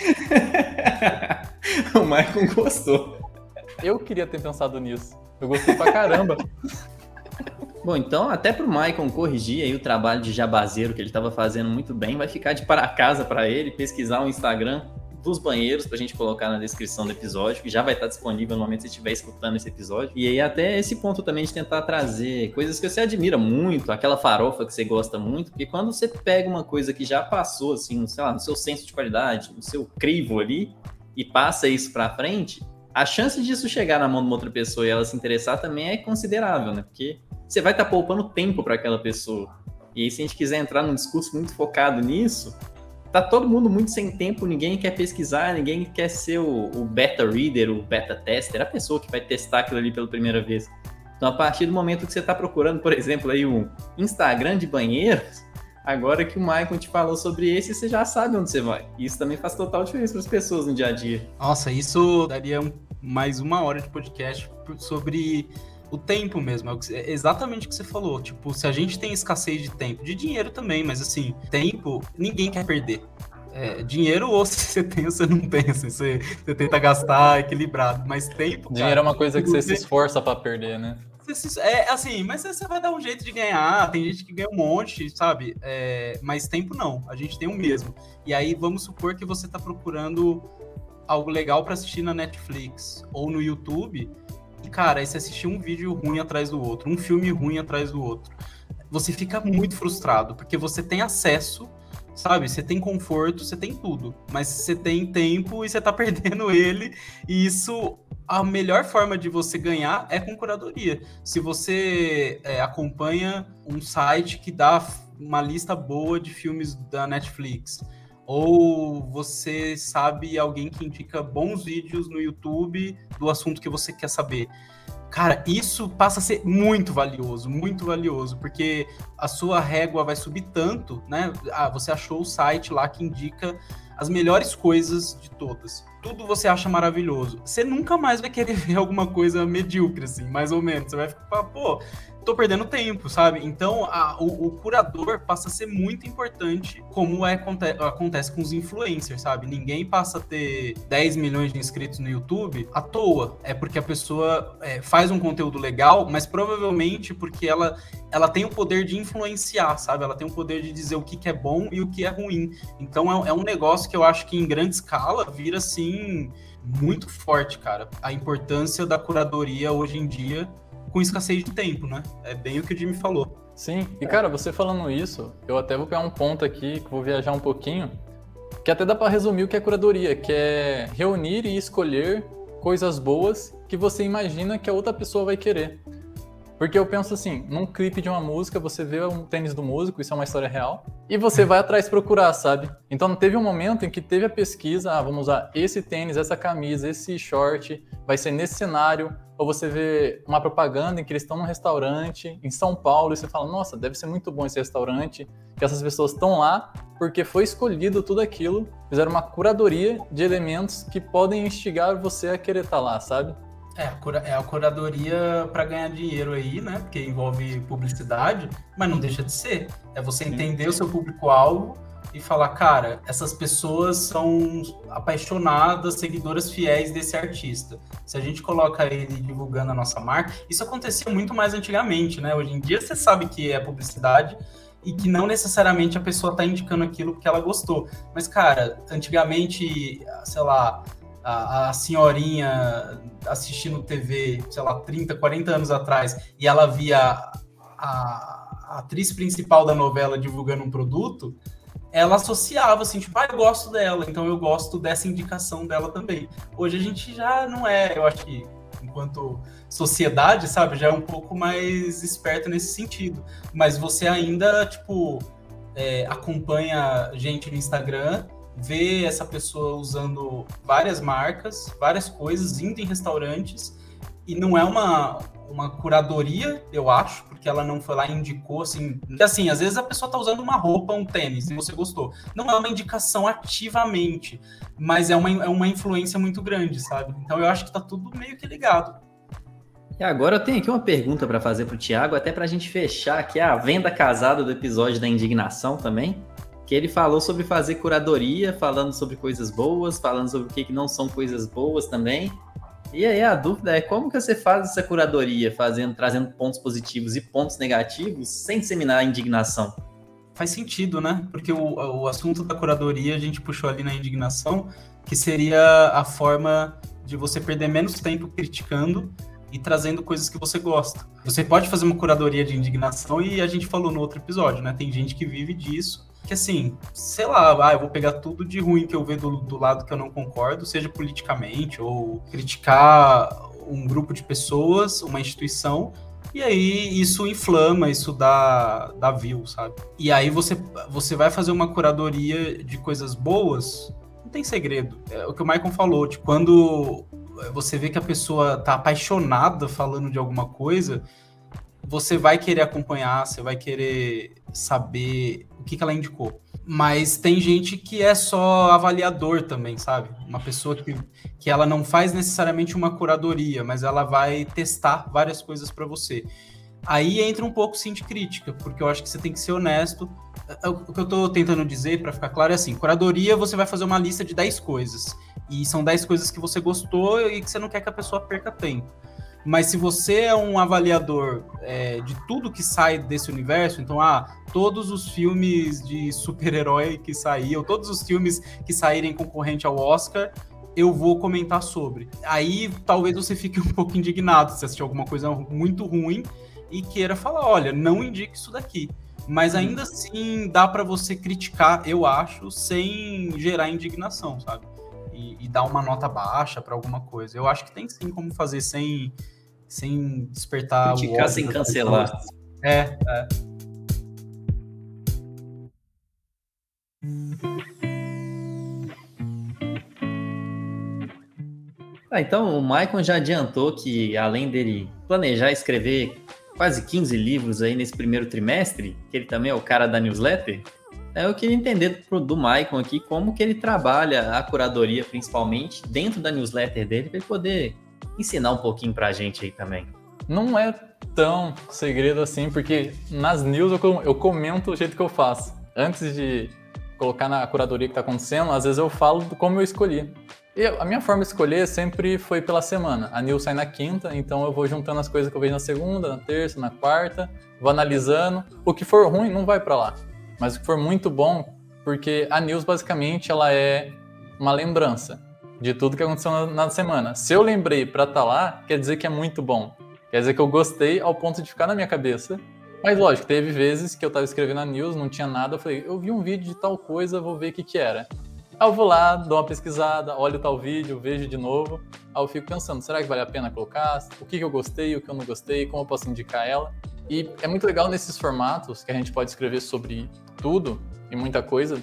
O Michael gostou. Eu queria ter pensado nisso. Eu gostei pra caramba. Bom, então, até pro Maicon corrigir aí o trabalho de jabazeiro que ele estava fazendo muito bem, vai ficar de para casa para ele pesquisar o Instagram dos banheiros pra gente colocar na descrição do episódio, que já vai estar disponível no momento que você estiver escutando esse episódio. E aí até esse ponto também de tentar trazer coisas que você admira muito, aquela farofa que você gosta muito, porque quando você pega uma coisa que já passou, assim, sei lá, no seu senso de qualidade, no seu crivo ali, e passa isso pra frente, a chance disso chegar na mão de uma outra pessoa e ela se interessar também é considerável, né? Porque você vai estar poupando tempo para aquela pessoa. E aí, se a gente quiser entrar num discurso muito focado nisso, tá todo mundo muito sem tempo, ninguém quer pesquisar, ninguém quer ser o beta reader, o beta tester, a pessoa que vai testar aquilo ali pela primeira vez. Então, a partir do momento que você está procurando, por exemplo, aí um Instagram de banheiros, agora que o Michael te falou sobre esse, você já sabe onde você vai. E isso também faz total diferença para as pessoas no dia a dia. Nossa, isso daria mais 1 hora de podcast sobre o tempo mesmo, é exatamente o que você falou. Tipo, se a gente tem escassez de tempo, de dinheiro também, mas assim, tempo, ninguém quer perder. Dinheiro, ou se você tem ou você não tem, assim, você tenta gastar equilibrado, mas tempo, dinheiro, cara, é uma coisa que você se esforça pra perder, né? Assim, mas você vai dar um jeito de ganhar, tem gente que ganha um monte, sabe? Mas tempo não, a gente tem o mesmo. E aí, vamos supor que você tá procurando algo legal pra assistir na Netflix ou no YouTube. E, cara, aí você assistir um vídeo ruim atrás do outro, um filme ruim atrás do outro, você fica muito frustrado, porque você tem acesso, sabe? Você tem conforto, você tem tudo, mas você tem tempo e você tá perdendo ele, e isso, a melhor forma de você ganhar é com curadoria. Se você acompanha um site que dá uma lista boa de filmes da Netflix, ou você sabe alguém que indica bons vídeos no YouTube do assunto que você quer saber. Cara, isso passa a ser muito valioso, porque a sua régua vai subir tanto, né? Você achou o site lá que indica as melhores coisas de todas. Tudo você acha maravilhoso. Você nunca mais vai querer ver alguma coisa medíocre, assim, mais ou menos. Você vai ficar, pô, tô perdendo tempo, sabe? Então, o curador passa a ser muito importante, como acontece com os influencers, sabe? Ninguém passa a ter 10 milhões de inscritos no YouTube à toa. É porque a pessoa faz um conteúdo legal, mas provavelmente porque ela tem o poder de influenciar, sabe? Ela tem o poder de dizer o que é bom e o que é ruim. Então, é um negócio que eu acho que em grande escala vira, assim, muito forte, cara. A importância da curadoria hoje em dia com escassez de tempo, né? É bem o que o Jimmy falou. Sim, e cara, você falando isso, eu até vou pegar um ponto aqui, que vou viajar um pouquinho, que até dá pra resumir o que é curadoria, que é reunir e escolher coisas boas que você imagina que a outra pessoa vai querer. Porque eu penso assim, num clipe de uma música, você vê um tênis do músico, isso é uma história real, e você vai atrás procurar, sabe? Então teve um momento em que teve a pesquisa, vamos usar esse tênis, essa camisa, esse short, vai ser nesse cenário, ou você vê uma propaganda em que eles estão num restaurante em São Paulo, e você fala, nossa, deve ser muito bom esse restaurante, que essas pessoas estão lá, porque foi escolhido tudo aquilo, fizeram uma curadoria de elementos que podem instigar você a querer estar lá, sabe? É a curadoria para ganhar dinheiro aí, né? Porque envolve publicidade, mas não deixa de ser. É você entender o seu público-alvo e falar, cara, essas pessoas são apaixonadas, seguidoras fiéis desse artista. Se a gente coloca ele divulgando a nossa marca, isso acontecia muito mais antigamente, né? Hoje em dia você sabe que é publicidade e que não necessariamente a pessoa está indicando aquilo porque ela gostou. Mas, cara, antigamente, sei lá, a senhorinha assistindo TV, sei lá, 30, 40 anos atrás, e ela via a atriz principal da novela divulgando um produto, ela associava assim, tipo, eu gosto dela, então eu gosto dessa indicação dela também. Hoje a gente já não é, eu acho que, enquanto sociedade, sabe, já é um pouco mais esperto nesse sentido. Mas você ainda, tipo, acompanha gente no Instagram, ver essa pessoa usando várias marcas, várias coisas, indo em restaurantes, e não é uma curadoria, eu acho, porque ela não foi lá e indicou, assim... Porque, assim, às vezes a pessoa tá usando uma roupa, um tênis, e você gostou. Não é uma indicação ativamente, mas é uma influência muito grande, sabe? Então eu acho que tá tudo meio que ligado. E agora eu tenho aqui uma pergunta para fazer pro Thiago, até pra gente fechar aqui a venda casada do episódio da indignação também, que ele falou sobre fazer curadoria, falando sobre coisas boas, falando sobre o que não são coisas boas também. E aí a dúvida é como que você faz essa curadoria, trazendo pontos positivos e pontos negativos, sem disseminar a indignação? Faz sentido, né? Porque o assunto da curadoria a gente puxou ali na indignação, que seria a forma de você perder menos tempo criticando e trazendo coisas que você gosta. Você pode fazer uma curadoria de indignação e a gente falou no outro episódio, né? Tem gente que vive disso. Que assim, sei lá, eu vou pegar tudo de ruim que eu vejo do lado que eu não concordo, seja politicamente ou criticar um grupo de pessoas, uma instituição, e aí isso inflama, isso dá view, sabe? E aí você vai fazer uma curadoria de coisas boas, não tem segredo. É o que o Michael falou, tipo, quando você vê que a pessoa tá apaixonada falando de alguma coisa, você vai querer acompanhar, você vai querer saber o que ela indicou. Mas tem gente que é só avaliador também, sabe? Uma pessoa que ela não faz necessariamente uma curadoria, mas ela vai testar várias coisas para você. Aí entra um pouco sim de crítica, porque eu acho que você tem que ser honesto. O que eu tô tentando dizer, para ficar claro, é assim, curadoria você vai fazer uma lista de 10 coisas, e são 10 coisas que você gostou e que você não quer que a pessoa perca tempo. Mas se você é um avaliador de tudo que sai desse universo, então, todos os filmes de super-herói que saíram, todos os filmes que saírem concorrente ao Oscar, eu vou comentar sobre. Aí, talvez você fique um pouco indignado se assistir alguma coisa muito ruim e queira falar, olha, não indique isso daqui. Mas ainda assim, dá para você criticar, eu acho, sem gerar indignação, sabe? E dar uma nota baixa para alguma coisa. Eu acho que tem sim como fazer sem despertar criticar o ódio, sem cancelar. Então o Maicon já adiantou que, além dele planejar escrever quase 15 livros aí nesse primeiro trimestre, que ele também é o cara da newsletter, Eu queria entender do Maicon aqui como que ele trabalha a curadoria, principalmente, dentro da newsletter dele, para ele poder ensinar um pouquinho pra gente aí também. Não é tão segredo assim, porque nas news eu comento o jeito que eu faço. Antes de colocar na curadoria que tá acontecendo, às vezes eu falo como eu escolhi. E a minha forma de escolher sempre foi pela semana. A news sai na quinta, então eu vou juntando as coisas que eu vejo na segunda, na terça, na quarta, vou analisando. O que for ruim não vai pra lá. Mas o que for muito bom, porque a news basicamente ela é uma lembrança de tudo que aconteceu na semana. Se eu lembrei pra estar lá, quer dizer que é muito bom. Quer dizer que eu gostei ao ponto de ficar na minha cabeça. Mas lógico, teve vezes que eu tava escrevendo a news, não tinha nada, eu falei, eu vi um vídeo de tal coisa, vou ver o que era. Aí eu vou lá, dou uma pesquisada, olho tal vídeo, vejo de novo. Aí eu fico pensando, será que vale a pena colocar? O que eu gostei, o que eu não gostei, como eu posso indicar ela? E é muito legal nesses formatos que a gente pode escrever sobre tudo e muita coisa,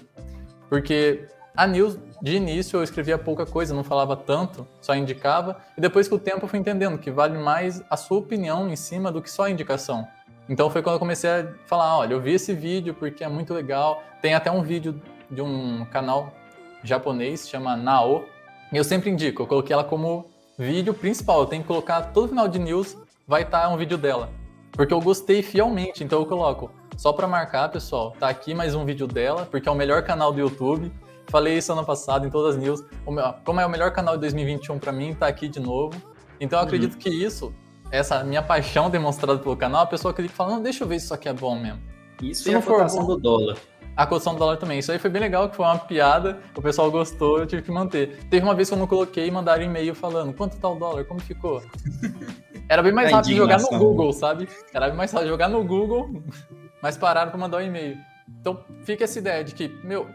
porque a news, de início, eu escrevia pouca coisa, não falava tanto, só indicava, e depois com o tempo eu fui entendendo que vale mais a sua opinião em cima do que só a indicação. Então foi quando eu comecei a falar, olha, eu vi esse vídeo porque é muito legal, tem até um vídeo de um canal japonês, chama Nao, e eu sempre indico, eu coloquei ela como vídeo principal, eu tenho que colocar, todo final de news vai estar um vídeo dela, porque eu gostei fielmente, então eu coloco, só pra marcar, pessoal, tá aqui mais um vídeo dela, porque é o melhor canal do YouTube, falei isso ano passado em todas as news, como é o melhor canal de 2021 pra mim, tá aqui de novo, então eu acredito que isso, essa minha paixão demonstrada pelo canal, a pessoa clica e fala, não, deixa eu ver se isso aqui é bom mesmo. Isso é a cotação do dólar. A cotação do dólar também. Isso aí foi bem legal, que foi uma piada, o pessoal gostou, eu tive que manter. Teve uma vez que eu não coloquei e mandaram e-mail falando, quanto tá o dólar, como ficou? Era bem mais rápido jogar no Google, sabe? Era bem mais fácil jogar no Google, mas pararam pra mandar um e-mail. Então fica essa ideia de que,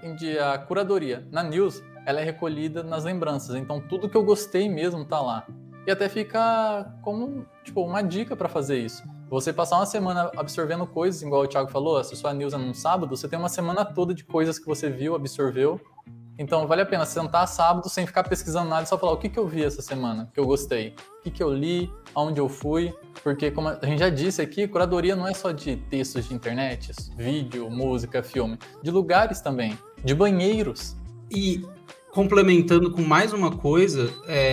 a curadoria na news, ela é recolhida nas lembranças. Então tudo que eu gostei mesmo tá lá. E até fica como, uma dica para fazer isso. Você passar uma semana absorvendo coisas, igual o Thiago falou, se sua news é num sábado, você tem uma semana toda de coisas que você viu, absorveu. Então vale a pena sentar sábado sem ficar pesquisando nada e só falar o que eu vi essa semana, que eu gostei, o que eu li, aonde eu fui. Porque, como a gente já disse aqui, curadoria não é só de textos de internet, vídeo, música, filme, de lugares também, de banheiros. E complementando com mais uma coisa,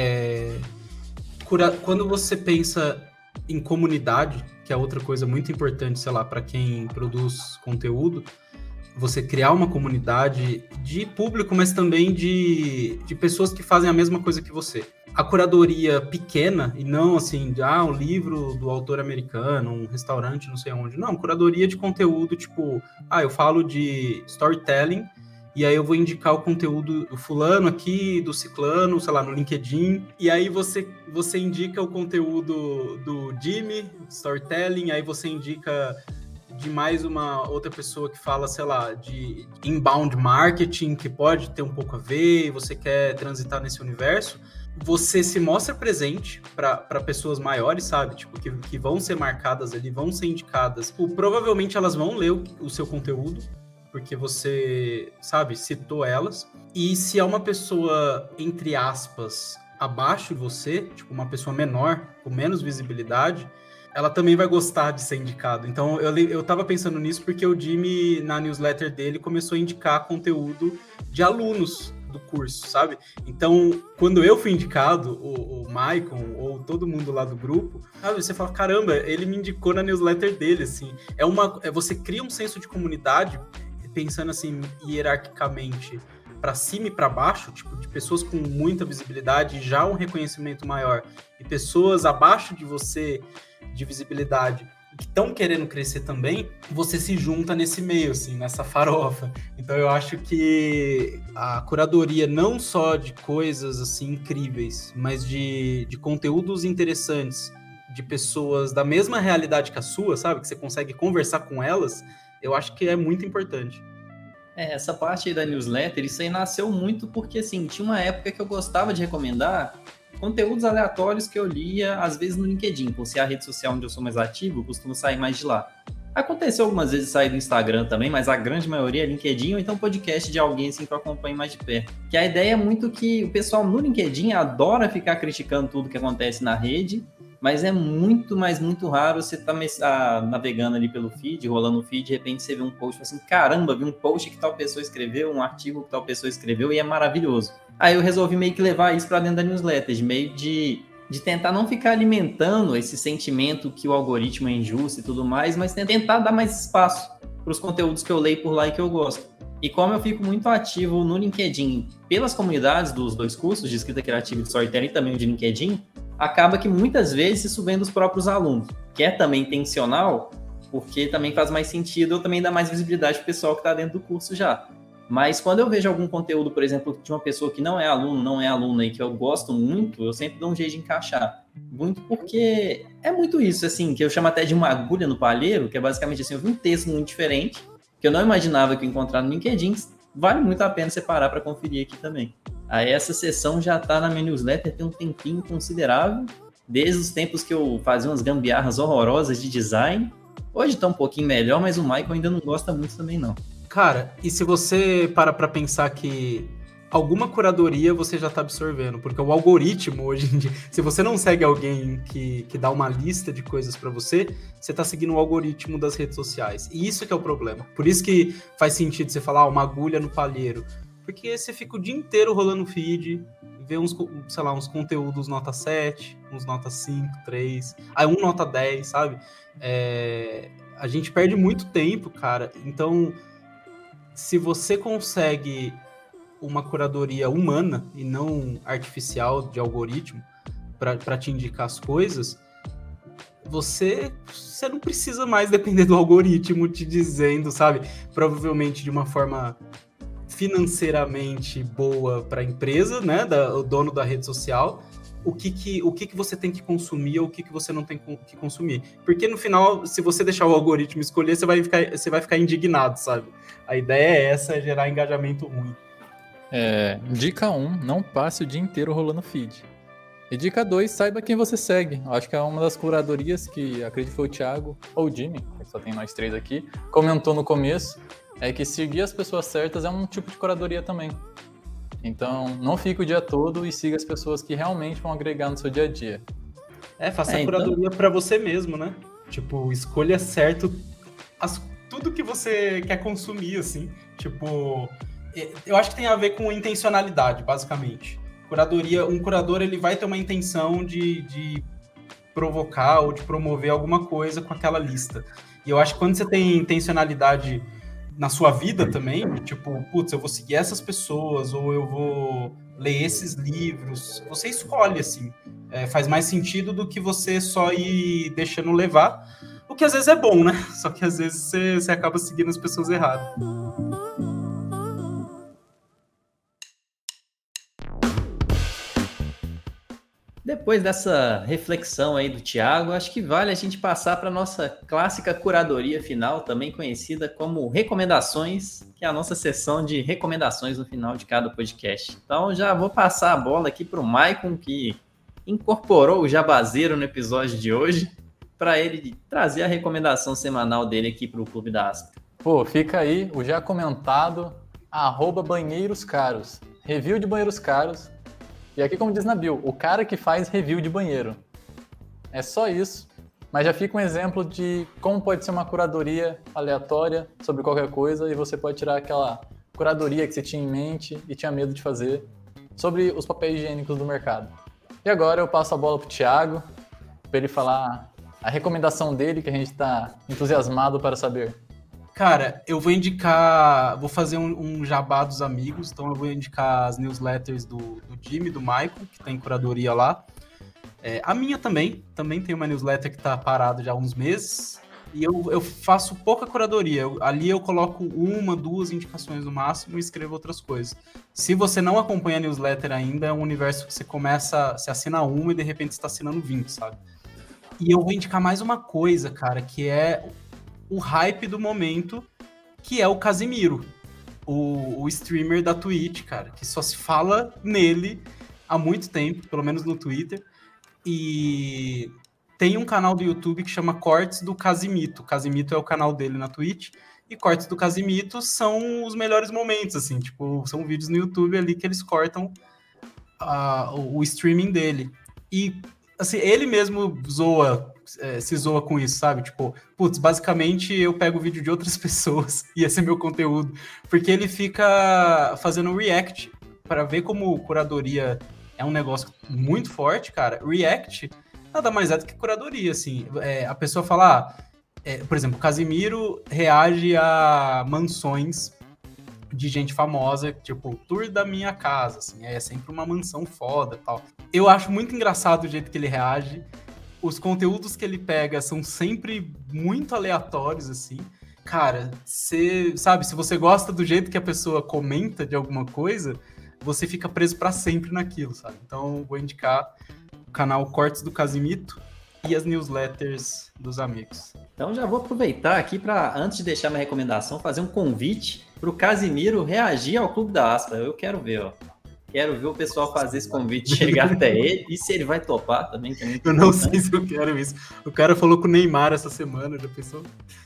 quando você pensa em comunidade, que é outra coisa muito importante, sei lá, para quem produz conteúdo, você criar uma comunidade de público, mas também de pessoas que fazem a mesma coisa que você. A curadoria pequena, e não assim, um livro do autor americano, um restaurante, não sei onde. Não, curadoria de conteúdo, eu falo de storytelling, e aí eu vou indicar o conteúdo do fulano aqui, do ciclano, sei lá, no LinkedIn. E aí você indica o conteúdo do Jimmy, storytelling, aí você indica de mais uma outra pessoa que fala, sei lá, de inbound marketing, que pode ter um pouco a ver, e você quer transitar nesse universo. Você se mostra presente para pessoas maiores, sabe? Que vão ser marcadas ali, vão ser indicadas. Provavelmente elas vão ler o seu conteúdo, porque você, sabe, citou elas. E se é uma pessoa, entre aspas, abaixo de você, uma pessoa menor, com menos visibilidade, ela também vai gostar de ser indicado. Então, eu tava pensando nisso porque o Jimmy, na newsletter dele, começou a indicar conteúdo de alunos do curso, sabe? Então, quando eu fui indicado, o Maicon, ou todo mundo lá do grupo, sabe, você fala, caramba, ele me indicou na newsletter dele, assim. Você cria um senso de comunidade, pensando assim, hierarquicamente, para cima e para baixo, de pessoas com muita visibilidade, já um reconhecimento maior, e pessoas abaixo de você, de visibilidade, que estão querendo crescer também, você se junta nesse meio, assim, nessa farofa. Então eu acho que a curadoria não só de coisas assim incríveis, mas de conteúdos interessantes, de pessoas da mesma realidade que a sua, sabe? Que você consegue conversar com elas, eu acho que é muito importante. Essa parte aí da newsletter, isso aí nasceu muito porque, assim, tinha uma época que eu gostava de recomendar conteúdos aleatórios que eu lia, às vezes no LinkedIn, por ser a rede social onde eu sou mais ativo, eu costumo sair mais de lá. Aconteceu algumas vezes sair do Instagram também, mas a grande maioria é LinkedIn ou então podcast de alguém assim que eu acompanho mais de perto. Que a ideia é muito que o pessoal no LinkedIn adora ficar criticando tudo que acontece na rede, mas é muito, mas muito raro você tá navegando ali pelo feed, rolando o feed, de repente você vê um post assim, caramba, vi um post que tal pessoa escreveu, um artigo que tal pessoa escreveu e é maravilhoso. Aí eu resolvi meio que levar isso para dentro da newsletter, meio de tentar não ficar alimentando esse sentimento que o algoritmo é injusto e tudo mais, mas tentar dar mais espaço para os conteúdos que eu leio por lá e que eu gosto. E como eu fico muito ativo no LinkedIn pelas comunidades dos 2 cursos de escrita criativa e de storytelling e também o de LinkedIn, acaba que muitas vezes isso vem dos próprios alunos, que é também intencional, porque também faz mais sentido, eu também dar mais visibilidade para o pessoal que está dentro do curso já. Mas quando eu vejo algum conteúdo, por exemplo, de uma pessoa que não é aluno, não é aluna e que eu gosto muito, eu sempre dou um jeito de encaixar. Muito porque é muito isso, assim, que eu chamo até de uma agulha no palheiro, que é basicamente assim, eu vi um texto muito diferente, que eu não imaginava que eu ia encontrar no LinkedIn, vale muito a pena separar para conferir aqui também. Aí essa sessão já está na minha newsletter tem um tempinho considerável, desde os tempos que eu fazia umas gambiarras horrorosas de design. Hoje está um pouquinho melhor, mas o Michael ainda não gosta muito também não. Cara, e se você para pensar que alguma curadoria você já está absorvendo, porque o algoritmo hoje em dia, se você não segue alguém que dá uma lista de coisas para você está seguindo o algoritmo das redes sociais. E isso que é o problema. Por isso que faz sentido você falar uma agulha no palheiro. Porque você fica o dia inteiro rolando o feed, vê uns conteúdos nota 7, uns nota 5, 3, aí um nota 10, sabe? A gente perde muito tempo, cara. Então, se você consegue uma curadoria humana e não artificial de algoritmo para te indicar as coisas, você não precisa mais depender do algoritmo te dizendo, sabe? Provavelmente de uma forma financeiramente boa para a empresa, né? O dono da rede social, o que você tem que consumir ou o que você não tem que consumir. Porque no final, se você deixar o algoritmo escolher, você vai ficar indignado, sabe? A ideia é essa, é gerar engajamento ruim. Dica 1, não passe o dia inteiro rolando feed. E dica 2, saiba quem você segue. Eu acho que é uma das curadorias que, acredito que foi o Thiago ou o Jimmy, que só tem nós 3 aqui, comentou no começo, é que seguir as pessoas certas é um tipo de curadoria também. Então, não fique o dia todo e siga as pessoas que realmente vão agregar no seu dia a dia. Faça a curadoria para você mesmo, né? Tipo, escolha certo tudo que você quer consumir, assim. Tipo, eu acho que tem a ver com intencionalidade, basicamente. Um curador, ele vai ter uma intenção de provocar ou de promover alguma coisa com aquela lista. E eu acho que quando você tem intencionalidade na sua vida também, tipo, putz, eu vou seguir essas pessoas, ou eu vou ler esses livros, você escolhe, assim. Faz mais sentido do que você só ir deixando levar, o que às vezes é bom, né? Só que às vezes você acaba seguindo as pessoas erradas. Depois dessa reflexão aí do Thiago, acho que vale a gente passar para a nossa clássica curadoria final, também conhecida como recomendações, que é a nossa sessão de recomendações no final de cada podcast. Então já vou passar a bola aqui para o Maicon, que incorporou o jabazeiro no episódio de hoje, para ele trazer a recomendação semanal dele aqui para o Clube da Aspa. Pô, fica aí o já comentado @banheiros caros, review de banheiros caros. E aqui, como diz na bio, o cara que faz review de banheiro. É só isso, mas já fica um exemplo de como pode ser uma curadoria aleatória sobre qualquer coisa e você pode tirar aquela curadoria que você tinha em mente e tinha medo de fazer sobre os papéis higiênicos do mercado. E agora eu passo a bola pro Thiago, para ele falar a recomendação dele, que a gente está entusiasmado para saber. Cara, eu vou fazer um jabá dos amigos, então eu vou indicar as newsletters do Jimmy, do Michael, que tem curadoria lá. A minha também tem uma newsletter que tá parada já há uns meses, e eu faço pouca curadoria. Ali eu coloco 1, 2 indicações no máximo e escrevo outras coisas. Se você não acompanha a newsletter ainda, é um universo que você assina uma e de repente você tá assinando 20, sabe? E eu vou indicar mais uma coisa, cara, que é o hype do momento, que é o Casimiro, o streamer da Twitch, cara, que só se fala nele há muito tempo, pelo menos no Twitter, e tem um canal do YouTube que chama Cortes do Casimito. Casimito é o canal dele na Twitch, e Cortes do Casimito são os melhores momentos, assim, tipo, são vídeos no YouTube ali que eles cortam o streaming dele. E assim, ele mesmo se zoa com isso, sabe? Tipo, putz, basicamente eu pego o vídeo de outras pessoas e esse é meu conteúdo. Porque ele fica fazendo react para ver como curadoria é um negócio muito forte, cara. React nada mais é do que curadoria, assim. A pessoa fala, por exemplo, o Casimiro reage a mansões de gente famosa, tipo, tour da minha casa, assim, é sempre uma mansão foda e tal. Eu acho muito engraçado o jeito que ele reage. Os conteúdos que ele pega são sempre muito aleatórios, assim. Cara, sabe, se você gosta do jeito que a pessoa comenta de alguma coisa, você fica preso pra sempre naquilo, sabe? Então, vou indicar o canal Cortes do Casimito e as newsletters dos amigos. Então já vou aproveitar aqui para, antes de deixar minha recomendação, fazer um convite para o Casimiro reagir ao Clube da Aspa. Eu quero ver, ó. Quero ver o pessoal fazer esse convite chegar até ele e se ele vai topar também. Que é muito eu não sei se eu quero isso. O cara falou com o Neymar essa semana, já pensou?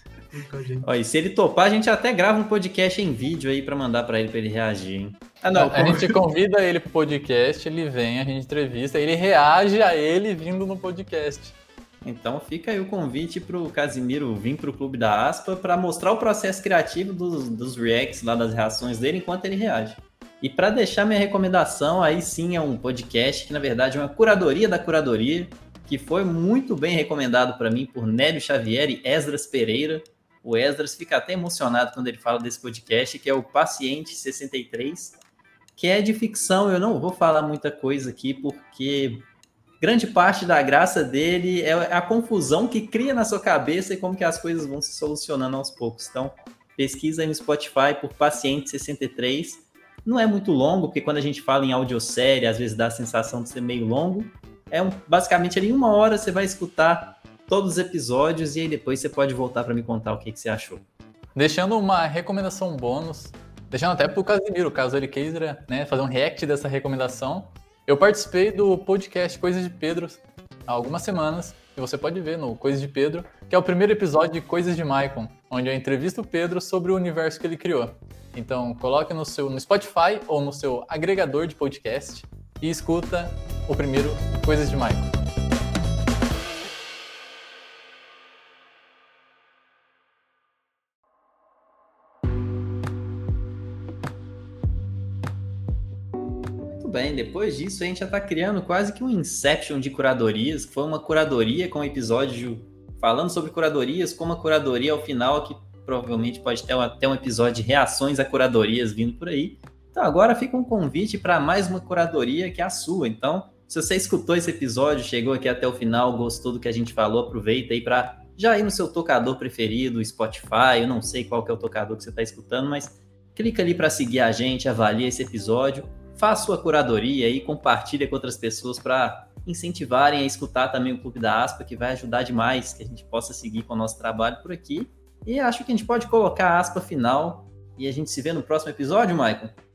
Ó, e se ele topar, a gente até grava um podcast em vídeo aí para mandar para ele reagir, hein? Não, a gente convida ele pro podcast, ele vem, a gente entrevista, ele reage a ele vindo no podcast. Então fica aí o convite pro Casimiro vir pro Clube da Aspa para mostrar o processo criativo dos reacts lá, das reações dele enquanto ele reage. E para deixar minha recomendação, aí sim é um podcast que na verdade é uma curadoria da curadoria, que foi muito bem recomendado para mim por Nélio Xavier e Esdras Pereira. O Esdras fica até emocionado quando ele fala desse podcast, que é o Paciente 63, que é de ficção. Eu não vou falar muita coisa aqui, porque grande parte da graça dele é a confusão que cria na sua cabeça e como que as coisas vão se solucionando aos poucos. Então, pesquisa aí no Spotify por Paciente 63. Não é muito longo, porque quando a gente fala em audiosérie, às vezes dá a sensação de ser meio longo. Basicamente, ali em 1 hora você vai escutar todos os episódios e aí depois você pode voltar para me contar o que você achou. Deixando uma recomendação bônus, deixando até pro Casimiro, caso ele queira, né, fazer um react dessa recomendação. Eu participei do podcast Coisas de Pedro há algumas semanas, e você pode ver no Coisas de Pedro, que é o primeiro episódio de Coisas de Maicon, onde eu entrevisto o Pedro sobre o universo que ele criou. Então, coloque no Spotify ou no seu agregador de podcast e escuta o primeiro Coisas de Maicon. Bem, depois disso a gente já está criando quase que um Inception de curadorias, que foi uma curadoria com um episódio falando sobre curadorias, com uma curadoria ao final, que provavelmente pode ter até um episódio de reações a curadorias vindo por aí. Então agora fica um convite para mais uma curadoria que é a sua. Então, se você escutou esse episódio, chegou aqui até o final, gostou do que a gente falou, aproveita aí para já ir no seu tocador preferido, Spotify, eu não sei qual que é o tocador que você está escutando, mas clica ali para seguir a gente, avalia esse episódio. Faça sua curadoria e compartilha com outras pessoas para incentivarem a escutar também o Clube da Aspa, que vai ajudar demais que a gente possa seguir com o nosso trabalho por aqui. E acho que a gente pode colocar a aspa final e a gente se vê no próximo episódio, Maicon.